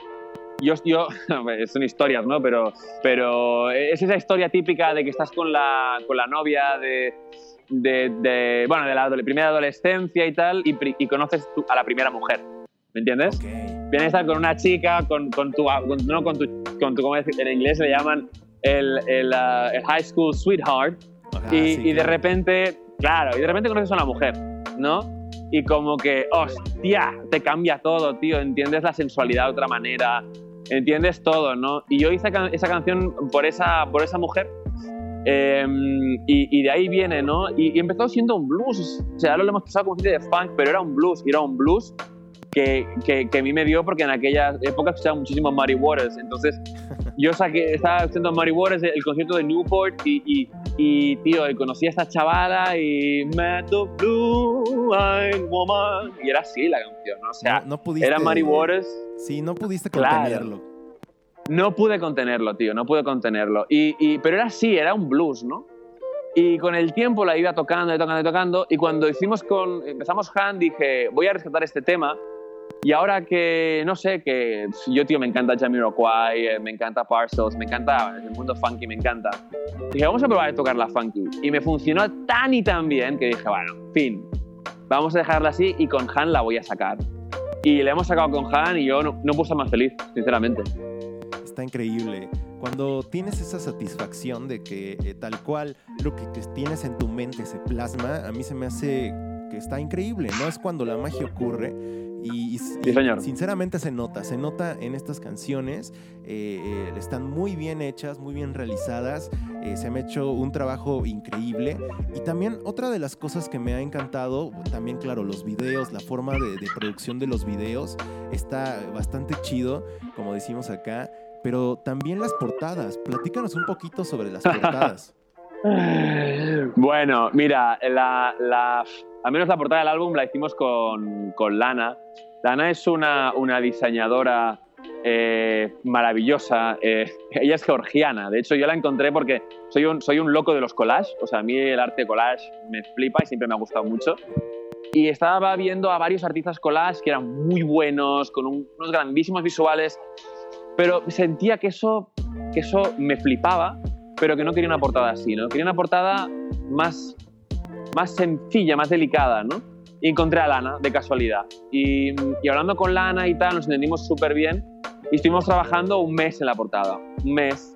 son historias, ¿no? Pero es esa historia típica de que estás con la novia de la primera adolescencia y tal y conoces a la primera mujer, ¿me entiendes? Okay. Vienes a estar con una chica, con tu ¿cómo decir? En inglés le llaman el high school sweetheart. Ajá, y sí, de claro. repente, conoces a una mujer, ¿no? Y como que, hostia, te cambia todo, tío. Entiendes la sensualidad de otra manera, entiendes todo, ¿no? Y yo hice esa canción por esa mujer. Y de ahí viene, ¿no? Y empezó siendo un blues. O sea, ahora lo hemos pasado como un sitio de funk, pero era un blues. Y era un blues que a mí me dio porque en aquella época escuchaba muchísimo Muddy Waters. Entonces yo estaba escuchando Muddy Waters, el concierto de Newport y tío, y conocí a esta chavala y Met the Blue Eyed Woman y era así la canción, ¿no? O sea, No pudiste, era Muddy Waters. Sí, no pudiste Claro. contenerlo. No pude contenerlo, tío, no pude contenerlo. Pero era así, era un blues, ¿no? Y con el tiempo la iba tocando y cuando empezamos Han dije, voy a rescatar este tema. Y ahora que, no sé, que yo, tío, me encanta Jamiroquai, me encanta Parcels, me encanta el mundo funky, me encanta. Dije, vamos a probar a tocar la funky. Y me funcionó tan y tan bien que dije, bueno, fin, vamos a dejarla así y con Han la voy a sacar. Y la hemos sacado con Han y yo no puedo estar más feliz, sinceramente. Está increíble. Cuando tienes esa satisfacción de que tal cual lo que tienes en tu mente se plasma, a mí se me hace que está increíble, ¿no? Es cuando la magia ocurre y Sí, señor. sinceramente se nota en estas canciones, están muy bien hechas, muy bien realizadas, se han hecho un trabajo increíble y también otra de las cosas que me ha encantado, también claro, los videos, la forma de producción de los videos está bastante chido, como decimos acá, pero también las portadas. Platícanos un poquito sobre las portadas. Bueno, mira, al menos la portada del álbum la hicimos con Lana. Lana es una diseñadora maravillosa. Ella es georgiana. De hecho, yo la encontré porque soy un loco de los collages. O sea, a mí el arte collage me flipa y siempre me ha gustado mucho. Y estaba viendo a varios artistas collage que eran muy buenos, con unos grandísimos visuales, pero sentía que eso me flipaba, pero que no quería una portada así, ¿no? Quería una portada más sencilla, más delicada, ¿no? Y encontré a Lana, de casualidad. Y hablando con Lana y tal, nos entendimos súper bien y estuvimos trabajando un mes en la portada. Un mes.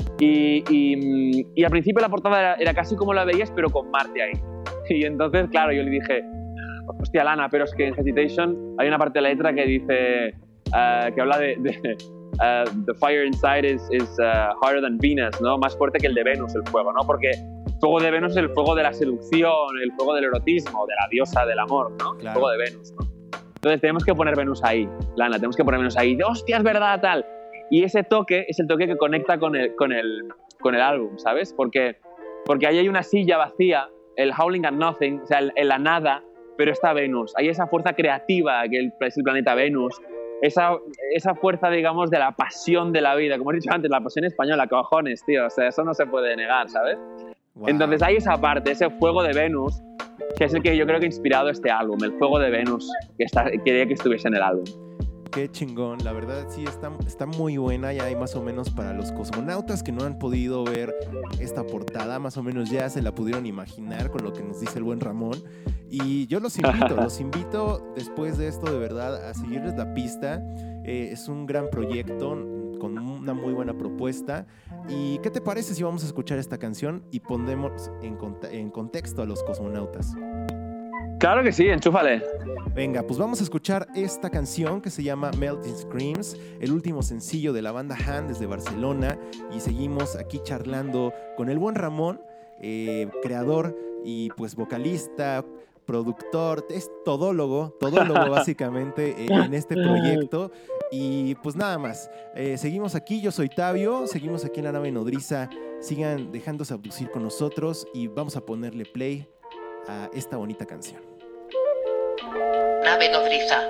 Y al principio la portada era casi como la veías, pero con Marte ahí. Y entonces, claro, yo le dije, hostia, Lana, pero es que en Hesitation hay una parte de la letra que dice, que habla de the fire inside is harder than Venus, ¿no? Más fuerte que el de Venus, el fuego, ¿no? Porque el fuego de Venus es el fuego de la seducción, el fuego del erotismo, de la diosa del amor, ¿no? Claro. El fuego de Venus, ¿no? Entonces tenemos que poner Venus ahí, Lana, tenemos que poner Venus ahí. ¡Hostia, es verdad, tal! Y ese toque es el toque que conecta con el álbum, ¿sabes? Porque ahí hay una silla vacía, el Howling at Nothing, o sea, en la nada, pero está Venus. Hay esa fuerza creativa que es el planeta Venus. Esa fuerza, digamos, de la pasión de la vida. Como he dicho antes, la pasión española, cojones, tío. O sea, eso no se puede negar, ¿sabes? Wow. Entonces hay esa parte, ese fuego de Venus, que es el que yo creo que ha inspirado este álbum. El fuego de Venus, que quería que estuviese en el álbum. Qué chingón, la verdad sí está muy buena. Ya hay más o menos para los cosmonautas que no han podido ver esta portada, más o menos ya se la pudieron imaginar con lo que nos dice el buen Ramón. Y yo los invito después de esto de verdad a seguirles la pista. Es un gran proyecto con una muy buena propuesta. ¿Y qué te parece si vamos a escuchar esta canción y ponemos en contexto a los cosmonautas? Claro que sí, enchúfale. Venga, pues vamos a escuchar esta canción que se llama Melting Screams, el último sencillo de la banda Han desde Barcelona, y seguimos aquí charlando con el buen Ramón, creador y pues vocalista, productor, es todólogo básicamente en este proyecto. Y pues nada más, seguimos aquí, yo soy Tavio, seguimos aquí en la nave nodriza, sigan dejándose abducir con nosotros y vamos a ponerle play a esta bonita canción. Nave nodriza.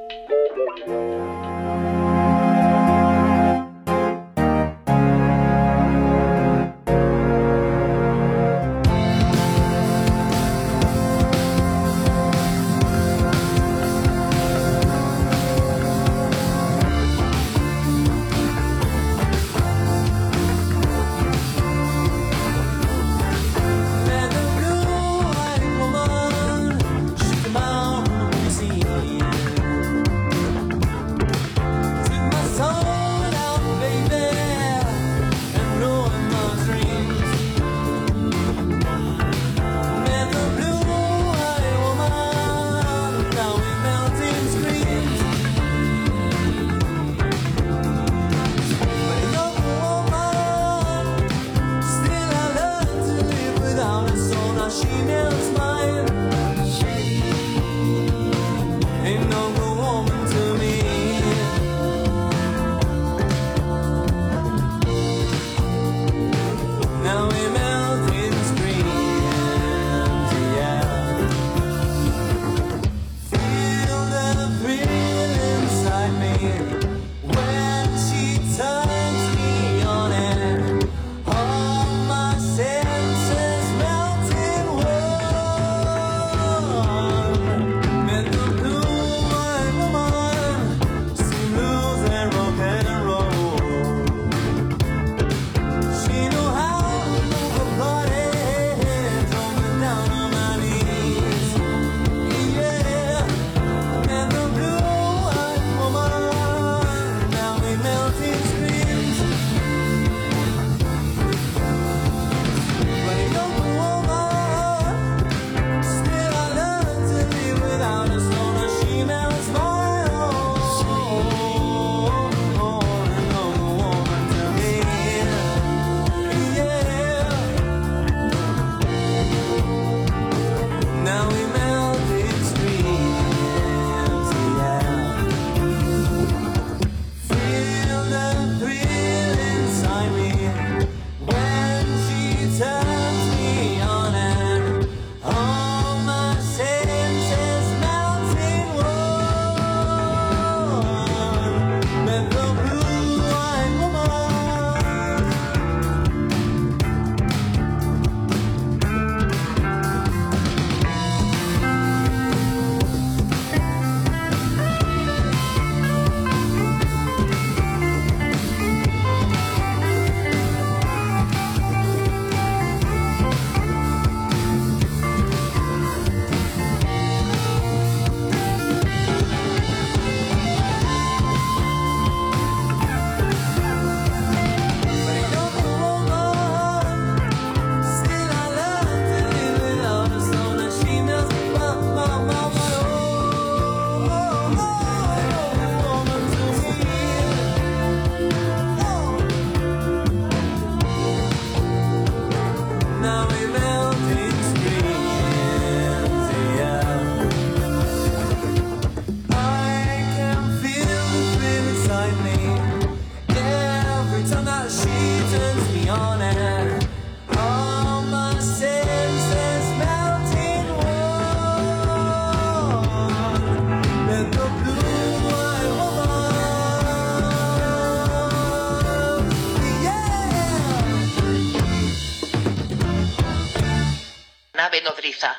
Nave nodriza.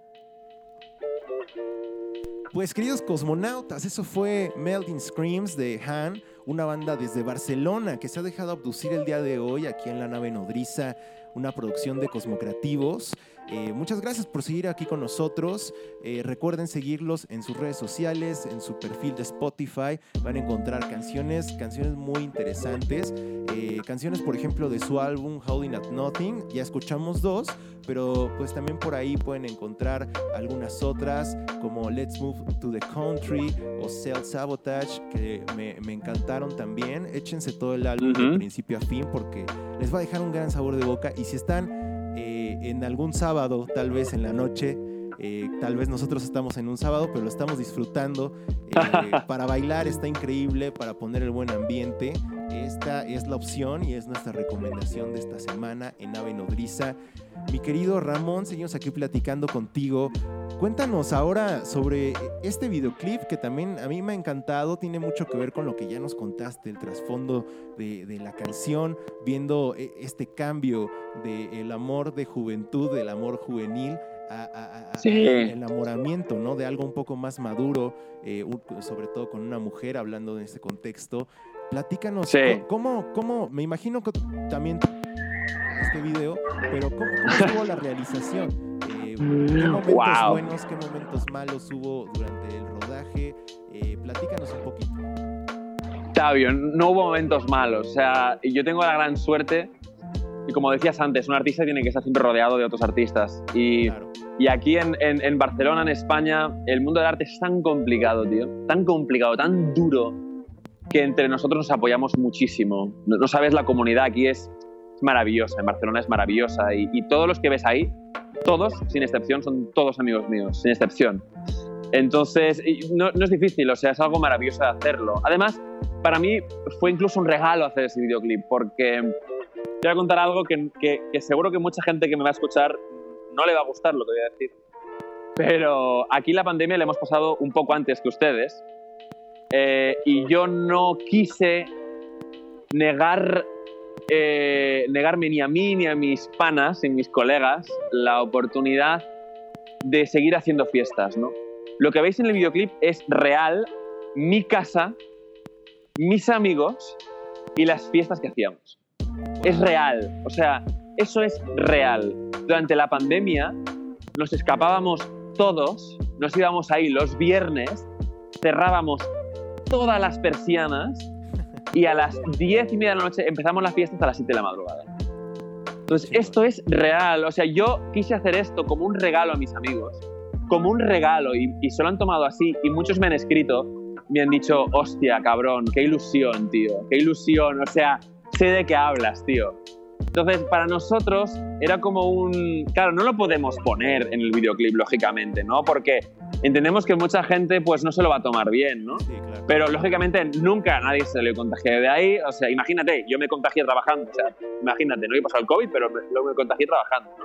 Pues queridos cosmonautas, eso fue Melting Screams de Han, una banda desde Barcelona que se ha dejado abducir el día de hoy aquí en la nave nodriza, una producción de Cosmocreativos. Muchas gracias por seguir aquí con nosotros. Recuerden seguirlos en sus redes sociales, en su perfil de Spotify. Van a encontrar canciones muy interesantes. canciones, por ejemplo, de su álbum Howling at Nothing. Ya escuchamos 2, pero pues también por ahí pueden encontrar algunas otras como Let's Move to the Country o Self Sabotage, que me encantaron también. Échense todo el álbum de principio a fin porque les va a dejar un gran sabor de boca. Y si están en algún sábado, tal vez en la noche, tal vez nosotros estamos en un sábado, pero lo estamos disfrutando. Para bailar está increíble, para poner el buen ambiente. Esta es la opción y es nuestra recomendación de esta semana en Nave Nodriza. Mi querido Ramón, seguimos aquí platicando contigo. Cuéntanos ahora sobre este videoclip que también a mí me ha encantado. Tiene mucho que ver con lo que ya nos contaste, el trasfondo de la canción, viendo este cambio del amor de juventud, del amor juvenil, sí, el enamoramiento, ¿no? De algo un poco más maduro, sobre todo con una mujer, hablando de este contexto. Platícanos, sí, ¿cómo me imagino que también este video, pero ¿cómo estuvo la realización? ¿Qué momentos buenos, qué momentos malos hubo durante el rodaje? Platícanos un poquito. Tabio, no hubo momentos malos. O sea, yo tengo la gran suerte, y como decías antes, un artista tiene que estar siempre rodeado de otros artistas. Y, claro, y aquí en Barcelona, en España, el mundo del arte es tan complicado, tío. Tan complicado, tan duro, que entre nosotros nos apoyamos muchísimo. No sabes, la comunidad aquí es maravillosa. En Barcelona es maravillosa. Y todos los que ves ahí, todos, sin excepción, son todos amigos míos, sin excepción. Entonces, no es difícil, o sea, es algo maravilloso de hacerlo. Además, para mí fue incluso un regalo hacer ese videoclip, porque te voy a contar algo que seguro que mucha gente que me va a escuchar no le va a gustar lo que voy a decir. Pero aquí la pandemia la hemos pasado un poco antes que ustedes, y yo no quise negarme ni a mí ni a mis panas y mis colegas la oportunidad de seguir haciendo fiestas, ¿no? Lo que veis en el videoclip es real, mi casa, mis amigos y las fiestas que hacíamos. Es real, o sea, eso es real. Durante la pandemia nos escapábamos todos, nos íbamos ahí los viernes, cerrábamos todas las persianas y a las 10:30 de la noche empezamos las fiestas a las 7 de la madrugada. Entonces, esto es real. O sea, yo quise hacer esto como un regalo a mis amigos, como un regalo, y se lo han tomado así, y muchos me han escrito, me han dicho, hostia, cabrón, qué ilusión, tío, qué ilusión, o sea, sé de qué hablas, tío. Entonces, para nosotros era como un... Claro, no lo podemos poner en el videoclip, lógicamente, ¿no? Porque entendemos que mucha gente, pues, no se lo va a tomar bien, ¿no? Sí, claro. Pero, lógicamente, nunca nadie se le contagió de ahí. O sea, imagínate, yo me contagié trabajando. O sea, imagínate, no he pasado el COVID, pero luego me contagié trabajando, ¿no?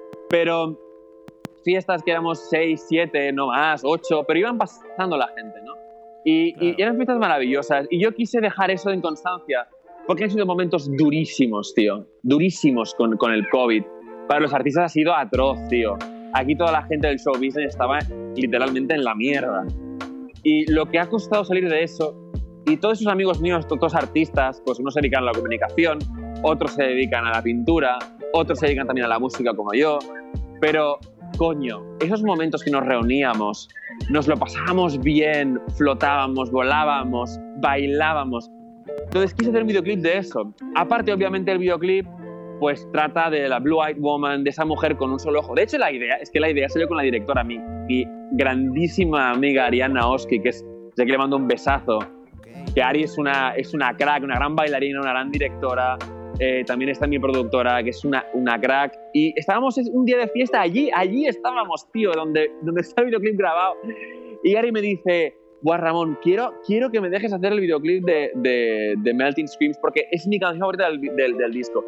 Pero fiestas que éramos 6, 7, no más, 8, pero iban pasando la gente, ¿no? Y eran fiestas maravillosas. Y yo quise dejar eso en constancia, porque han sido momentos durísimos, tío. Durísimos con el COVID. Para los artistas ha sido atroz, tío. Aquí toda la gente del show business estaba literalmente en la mierda. Y lo que ha costado salir de eso, y todos esos amigos míos, todos artistas, pues unos se dedican a la comunicación, otros se dedican a la pintura, otros se dedican también a la música como yo. Pero, coño, esos momentos que nos reuníamos, nos lo pasábamos bien, flotábamos, volábamos, bailábamos. Entonces quise hacer un videoclip de eso. Aparte, obviamente, el videoclip pues trata de la Blue Eyed Woman, de esa mujer con un solo ojo. De hecho, la idea salió con la directora, mi grandísima amiga Ariana Oski, que es, ya que le mando un besazo. Que Ari es una crack, una gran bailarina, una gran directora. También está mi productora, que es una crack. Y estábamos un día de fiesta allí estábamos, tío, donde está el videoclip grabado. Y Ari me dice... Buah, Ramón, quiero que me dejes hacer el videoclip de Melting Screams porque es mi canción favorita del disco.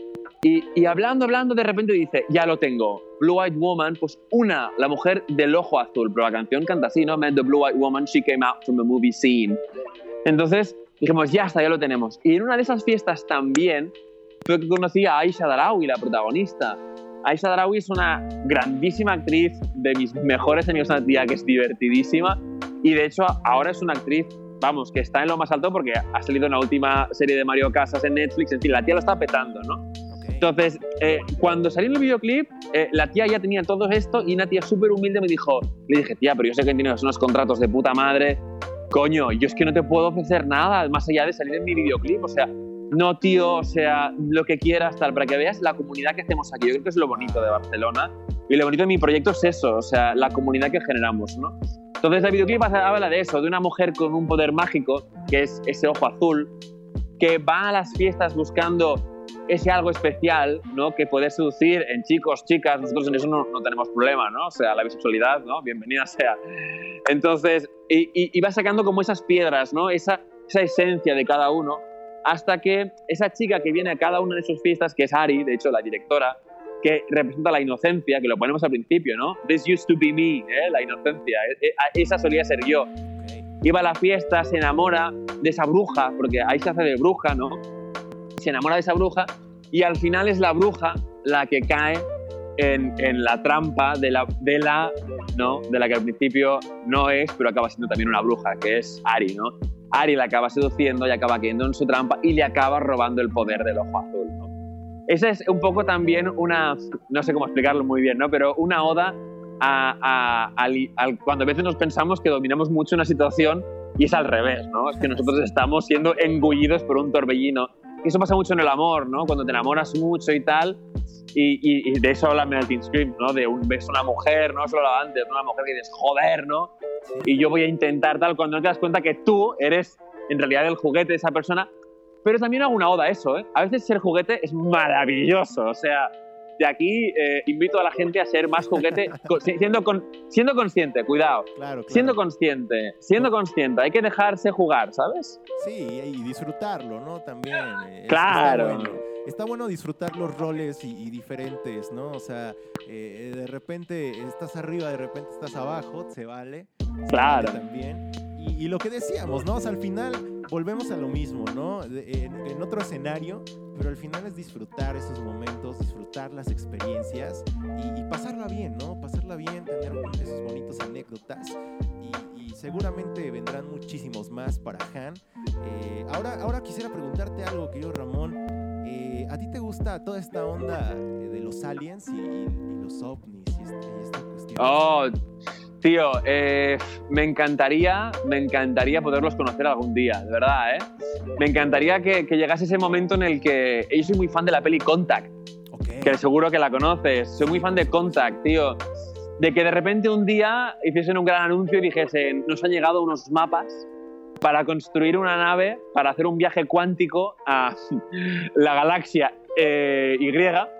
Y hablando, de repente dice, ya lo tengo, Blue Eyed Woman, pues la mujer del ojo azul, pero la canción canta así, ¿no? The Blue Eyed Woman, she came out from the movie scene. Entonces dijimos, ya está, ya lo tenemos. Y en una de esas fiestas también fue que conocí a Aisha Darawi, la protagonista. Aisha Darawi es una grandísima actriz, de mis mejores amigos, una tía que es divertidísima. Y de hecho ahora es una actriz, vamos, que está en lo más alto porque ha salido en la última serie de Mario Casas en Netflix. En fin, la tía lo está petando, ¿no? Okay. Entonces, cuando salió en el videoclip, la tía ya tenía todo esto y una tía súper humilde me dijo, le dije, tía, pero yo sé que tienes unos contratos de puta madre, coño, yo es que no te puedo ofrecer nada más allá de salir en mi videoclip, o sea, no, tío, o sea, lo que quieras, tal, para que veas la comunidad que hacemos aquí. Yo creo que es lo bonito de Barcelona y lo bonito de mi proyecto es eso, o sea, la comunidad que generamos, ¿no? Entonces el videoclip habla de eso, de una mujer con un poder mágico, que es ese ojo azul, que va a las fiestas buscando ese algo especial, ¿no? Que puede seducir en chicos, chicas. Nosotros en eso no tenemos problema, ¿no? O sea, la bisexualidad, ¿no? Bienvenida sea. Entonces, y va sacando como esas piedras, ¿no? Esa esencia de cada uno, hasta que esa chica que viene a cada una de sus fiestas, que es Ari, de hecho, la directora, que representa la inocencia, que lo ponemos al principio, ¿no? This used to be me, la inocencia. Esa solía ser yo. Iba a la fiesta, se enamora de esa bruja, porque ahí se hace de bruja, ¿no? Se enamora de esa bruja y al final es la bruja la que cae en la trampa de la que al principio no es, pero acaba siendo también una bruja, que es Ari, ¿no? Ari la acaba seduciendo y acaba cayendo en su trampa y le acaba robando el poder del ojo azul, ¿no? Esa es un poco también una, no sé cómo explicarlo muy bien, ¿no? Pero una oda cuando a veces nos pensamos que dominamos mucho una situación y es al revés, ¿no? Es que nosotros estamos siendo engullidos por un torbellino. Eso pasa mucho en el amor, ¿no? Cuando te enamoras mucho y tal, y de eso habla Melting Scream, ¿no? De un beso a una mujer, ¿no? Eso lo hablaba antes, ¿no? Una mujer que dices, joder, ¿no? Y yo voy a intentar tal, cuando no te das cuenta que tú eres en realidad el juguete de esa persona. Pero también hago una oda a eso, ¿eh? A veces ser juguete es maravilloso, o sea, de aquí invito a la gente a ser más juguete, siendo consciente, cuidado. Claro. Siendo consciente, hay que dejarse jugar, ¿sabes? Sí, y disfrutarlo, ¿no? También. Claro. Está bueno disfrutar los roles y diferentes, ¿no? O sea, de repente estás arriba, de repente estás abajo, se vale. Claro. Se vale también. Y lo que decíamos, ¿no? O sea, al final volvemos a lo mismo, ¿no? En otro escenario, pero al final es disfrutar esos momentos, disfrutar las experiencias y pasarla bien, ¿no? Pasarla bien, tener esos bonitos anécdotas y seguramente vendrán muchísimos más para Han. Ahora quisiera preguntarte algo, querido Ramón. ¿A ti te gusta toda esta onda de los aliens y los ovnis y esta cuestión? Oh, tío, me encantaría poderlos conocer algún día, de verdad, ¿eh? Me encantaría que llegase ese momento en el que... Yo soy muy fan de la peli Contact, que seguro que la conoces. Soy muy fan de Contact, tío. De que de repente un día hiciesen un gran anuncio y dijesen, nos han llegado unos mapas para construir una nave, para hacer un viaje cuántico a la galaxia Y,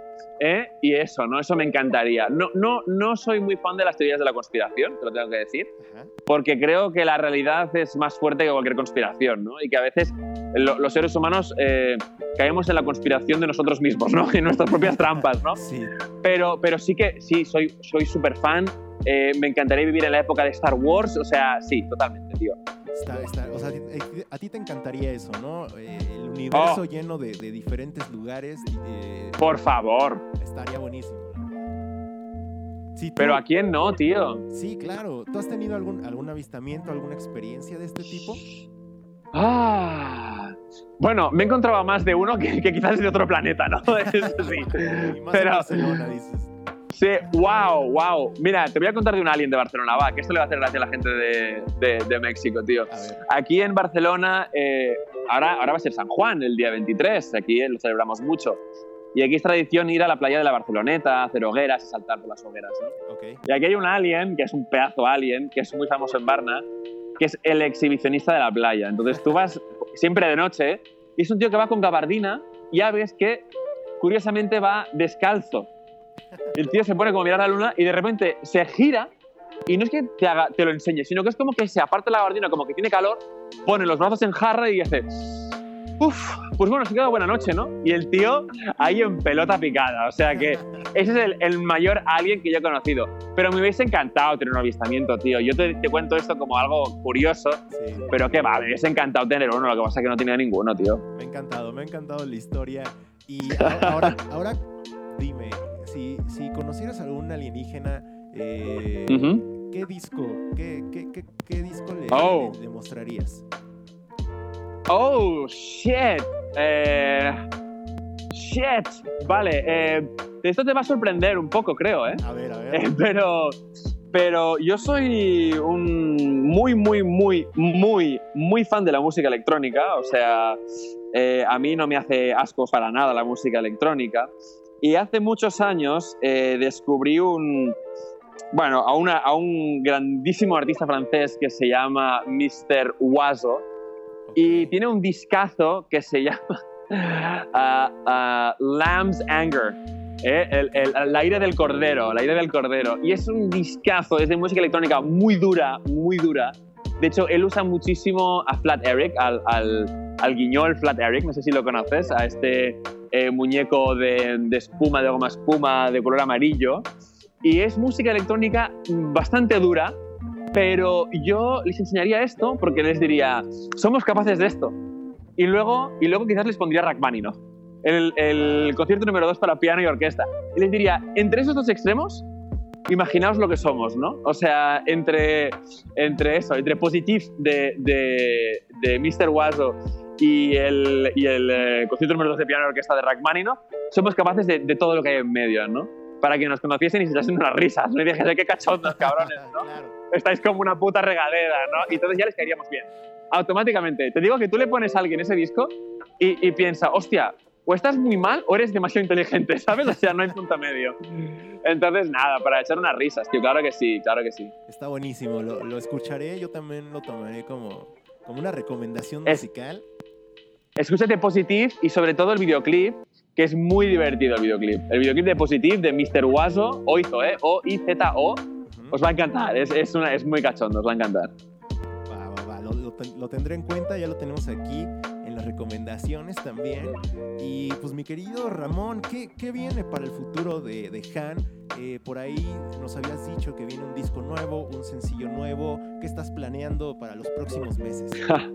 y eso, ¿no? Eso me encantaría. No soy muy fan de las teorías de la conspiración, te lo tengo que decir, porque creo que la realidad es más fuerte que cualquier conspiración, ¿no? Y que a veces los seres humanos caemos en la conspiración de nosotros mismos, ¿no? En nuestras propias trampas, ¿no? Sí. Pero sí que sí, soy súper fan. Me encantaría vivir en la época de Star Wars, o sea, sí, totalmente, tío. O sea, a ti te encantaría eso, ¿no? El universo lleno de diferentes lugares. Por favor. Estaría buenísimo. Sí, pero ¿a quién no, tío? Sí, claro. ¿Tú has tenido algún avistamiento, alguna experiencia de este tipo? Bueno, me he encontrado más de uno que quizás es de otro planeta, ¿no? Eso sí. Y más en Barcelona, dices. Sí, wow. Mira, te voy a contar de un alien de Barcelona, va, que esto le va a hacer gracia a la gente de México, tío. Aquí en Barcelona, ahora va a ser San Juan, el día 23, aquí lo celebramos mucho. Y aquí es tradición ir a la playa de la Barceloneta, hacer hogueras y saltar por las hogueras, ¿no? Okay. Y aquí hay un alien, que es un pedazo alien, que es muy famoso en Barna, que es el exhibicionista de la playa. Entonces tú vas siempre de noche y es un tío que va con gabardina y ya ves que, curiosamente, va descalzo. El tío se pone como a mirar la luna y de repente se gira y no es que te lo enseñe, sino que es como que se aparta la gabardina, como que tiene calor, pone los brazos en jarra y hace... pues bueno, se queda buena noche, ¿no? Y el tío ahí en pelota picada. O sea que ese es el mayor alien que yo he conocido. Pero me hubiese encantado tener un avistamiento, tío. Yo te cuento esto como algo curioso, sí. Pero qué va, me hubiese encantado tener uno. Lo que pasa es que no tenía ninguno, tío. Me ha encantado la historia. Y ahora dime, si conocieras a algún alienígena, ¿qué disco le mostrarías? Oh, shit. Vale, esto te va a sorprender un poco, creo, ¿eh? A ver. Pero yo soy un muy fan de la música electrónica. O sea, A mí no me hace asco para nada la música electrónica. Y hace muchos años descubrí a un grandísimo artista francés que se llama Mr. Oizo. Y tiene un discazo que se llama Lamb's Anger. El aire del cordero, y es un discazo, es de música electrónica muy dura. De hecho, él usa muchísimo a Flat Eric, al guiñol Flat Eric, no sé si lo conoces, a este muñeco de espuma, de goma espuma, de color amarillo, y es música electrónica bastante dura, pero yo les enseñaría esto porque les diría, somos capaces de esto, y luego quizás les pondría Rachmaninoff, el concierto número 2 para piano y orquesta. Y les diría, entre esos dos extremos, imaginaos lo que somos, ¿no? O sea, entre Positif de Mr. Oizo y el concierto número 2 de piano y orquesta de Rachmaninoff, somos capaces de todo lo que hay en medio, ¿no? Para que nos conociesen y se echasen unas risas, ¿no? Y dijesen, qué cachondos, cabrones, ¿no? Claro. Estáis como una puta regadera, ¿no? Y entonces ya les caeríamos bien. Automáticamente. Te digo que tú le pones a alguien ese disco y piensa, hostia, o estás muy mal o eres demasiado inteligente, ¿sabes? O sea, no hay punto medio. Entonces, nada, para echar unas risas, tío, claro que sí. Está buenísimo, lo escucharé, yo también lo tomaré como una recomendación musical. Escúchate Positif y sobre todo el videoclip, que es muy divertido el videoclip. El videoclip de Positif, de Mr. Oizo, O-I-Z-O, os va a encantar, es muy cachondo, os va a encantar. Va, lo tendré en cuenta, ya lo tenemos aquí en las recomendaciones también. Y pues mi querido Ramón, ¿qué viene para el futuro de Han? Por ahí nos habías dicho que viene un disco nuevo, un sencillo nuevo. ¿Qué estás planeando para los próximos meses?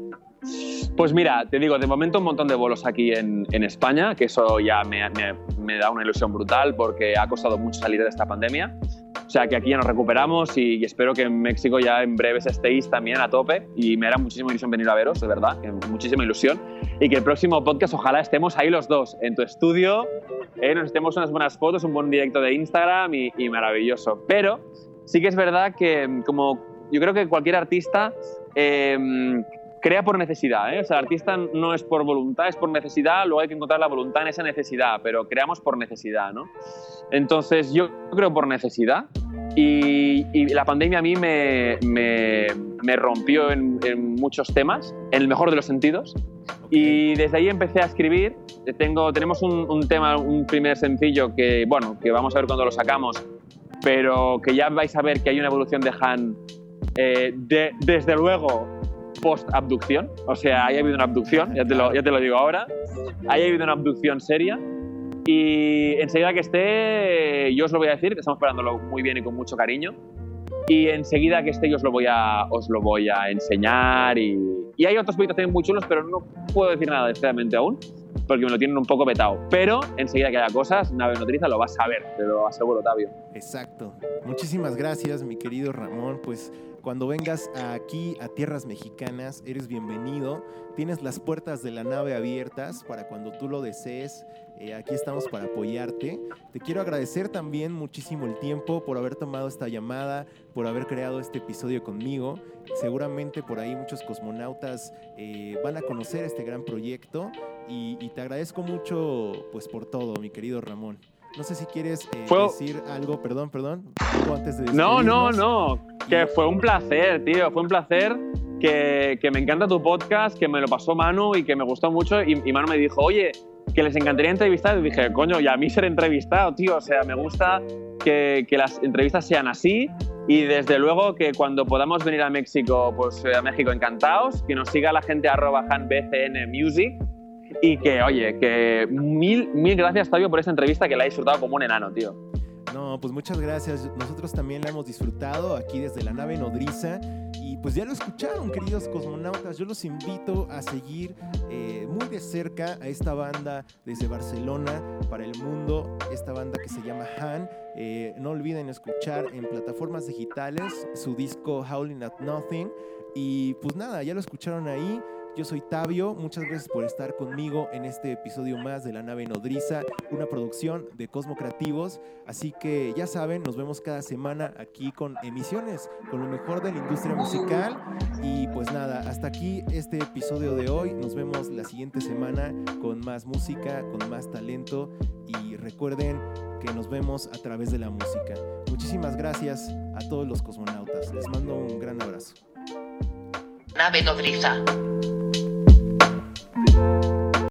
Pues mira, te digo, de momento un montón de bolos aquí en España, que eso ya me da una ilusión brutal porque ha costado mucho salir de esta pandemia. O sea que aquí ya nos recuperamos y espero que en México ya en breves estéis también a tope y me hará muchísima ilusión venir a veros, de verdad, muchísima ilusión. Y que el próximo podcast ojalá estemos ahí los dos, en tu estudio, nos estemos unas buenas fotos, un buen directo de Instagram y maravilloso. Pero sí que es verdad que como yo creo que cualquier artista crea por necesidad, ¿eh? O sea, el artista no es por voluntad, es por necesidad, luego hay que encontrar la voluntad en esa necesidad, pero creamos por necesidad, ¿no? Entonces yo creo por necesidad y la pandemia a mí me rompió en muchos temas, en el mejor de los sentidos, y desde ahí empecé a escribir. Tenemos un tema, un primer sencillo que vamos a ver cuando lo sacamos, pero que ya vais a ver que hay una evolución de Han desde luego post-abducción, o sea, ahí ha habido una abducción, ya te lo digo ahora, ahí ha habido una abducción seria y enseguida que esté, yo os lo voy a decir, que estamos esperándolo muy bien y con mucho cariño, y enseguida que esté yo os lo voy a enseñar y hay otros proyectos también muy chulos, pero no puedo decir nada desgraciadamente aún, porque me lo tienen un poco vetado, pero enseguida que haya cosas, Nave Nodriza lo vas a ver, te lo aseguro, Tavio. Exacto. Muchísimas gracias, mi querido Ramón, pues cuando vengas aquí a tierras mexicanas, eres bienvenido. Tienes las puertas de la nave abiertas para cuando tú lo desees. Aquí estamos para apoyarte. Te quiero agradecer también muchísimo el tiempo por haber tomado esta llamada, por haber creado este episodio conmigo. Seguramente por ahí muchos cosmonautas van a conocer este gran proyecto y te agradezco mucho pues por todo, mi querido Ramón. No sé si quieres decir algo, perdón, antes de despedirnos. No, que fue un placer, tío, fue un placer, que me encanta tu podcast, que me lo pasó Manu y que me gustó mucho y Manu me dijo, oye, que les encantaría entrevistar, y dije, coño, y a mí ser entrevistado, tío, o sea, me gusta que las entrevistas sean así y desde luego que cuando podamos venir a México, pues a México encantados, que nos siga la gente @hanbcnmusic. Y que, oye, que mil gracias, Tavio, por esta entrevista que la he disfrutado como un enano, tío. No, pues muchas gracias. Nosotros también la hemos disfrutado aquí desde la Nave Nodriza. Y pues ya lo escucharon, queridos cosmonautas. Yo los invito a seguir muy de cerca a esta banda desde Barcelona para el mundo. Esta banda que se llama Han. No olviden escuchar en plataformas digitales su disco Howling at Nothing. Y pues nada, ya lo escucharon ahí. Yo soy Tabio, muchas gracias por estar conmigo en este episodio más de La Nave Nodriza, una producción de Cosmo Creativos. Así que ya saben, nos vemos cada semana aquí con emisiones, con lo mejor de la industria musical. Y pues nada, hasta aquí este episodio de hoy. Nos vemos la siguiente semana con más música, con más talento. Y recuerden que nos vemos a través de la música. Muchísimas gracias a todos los cosmonautas. Les mando un gran abrazo. Nave nodriza.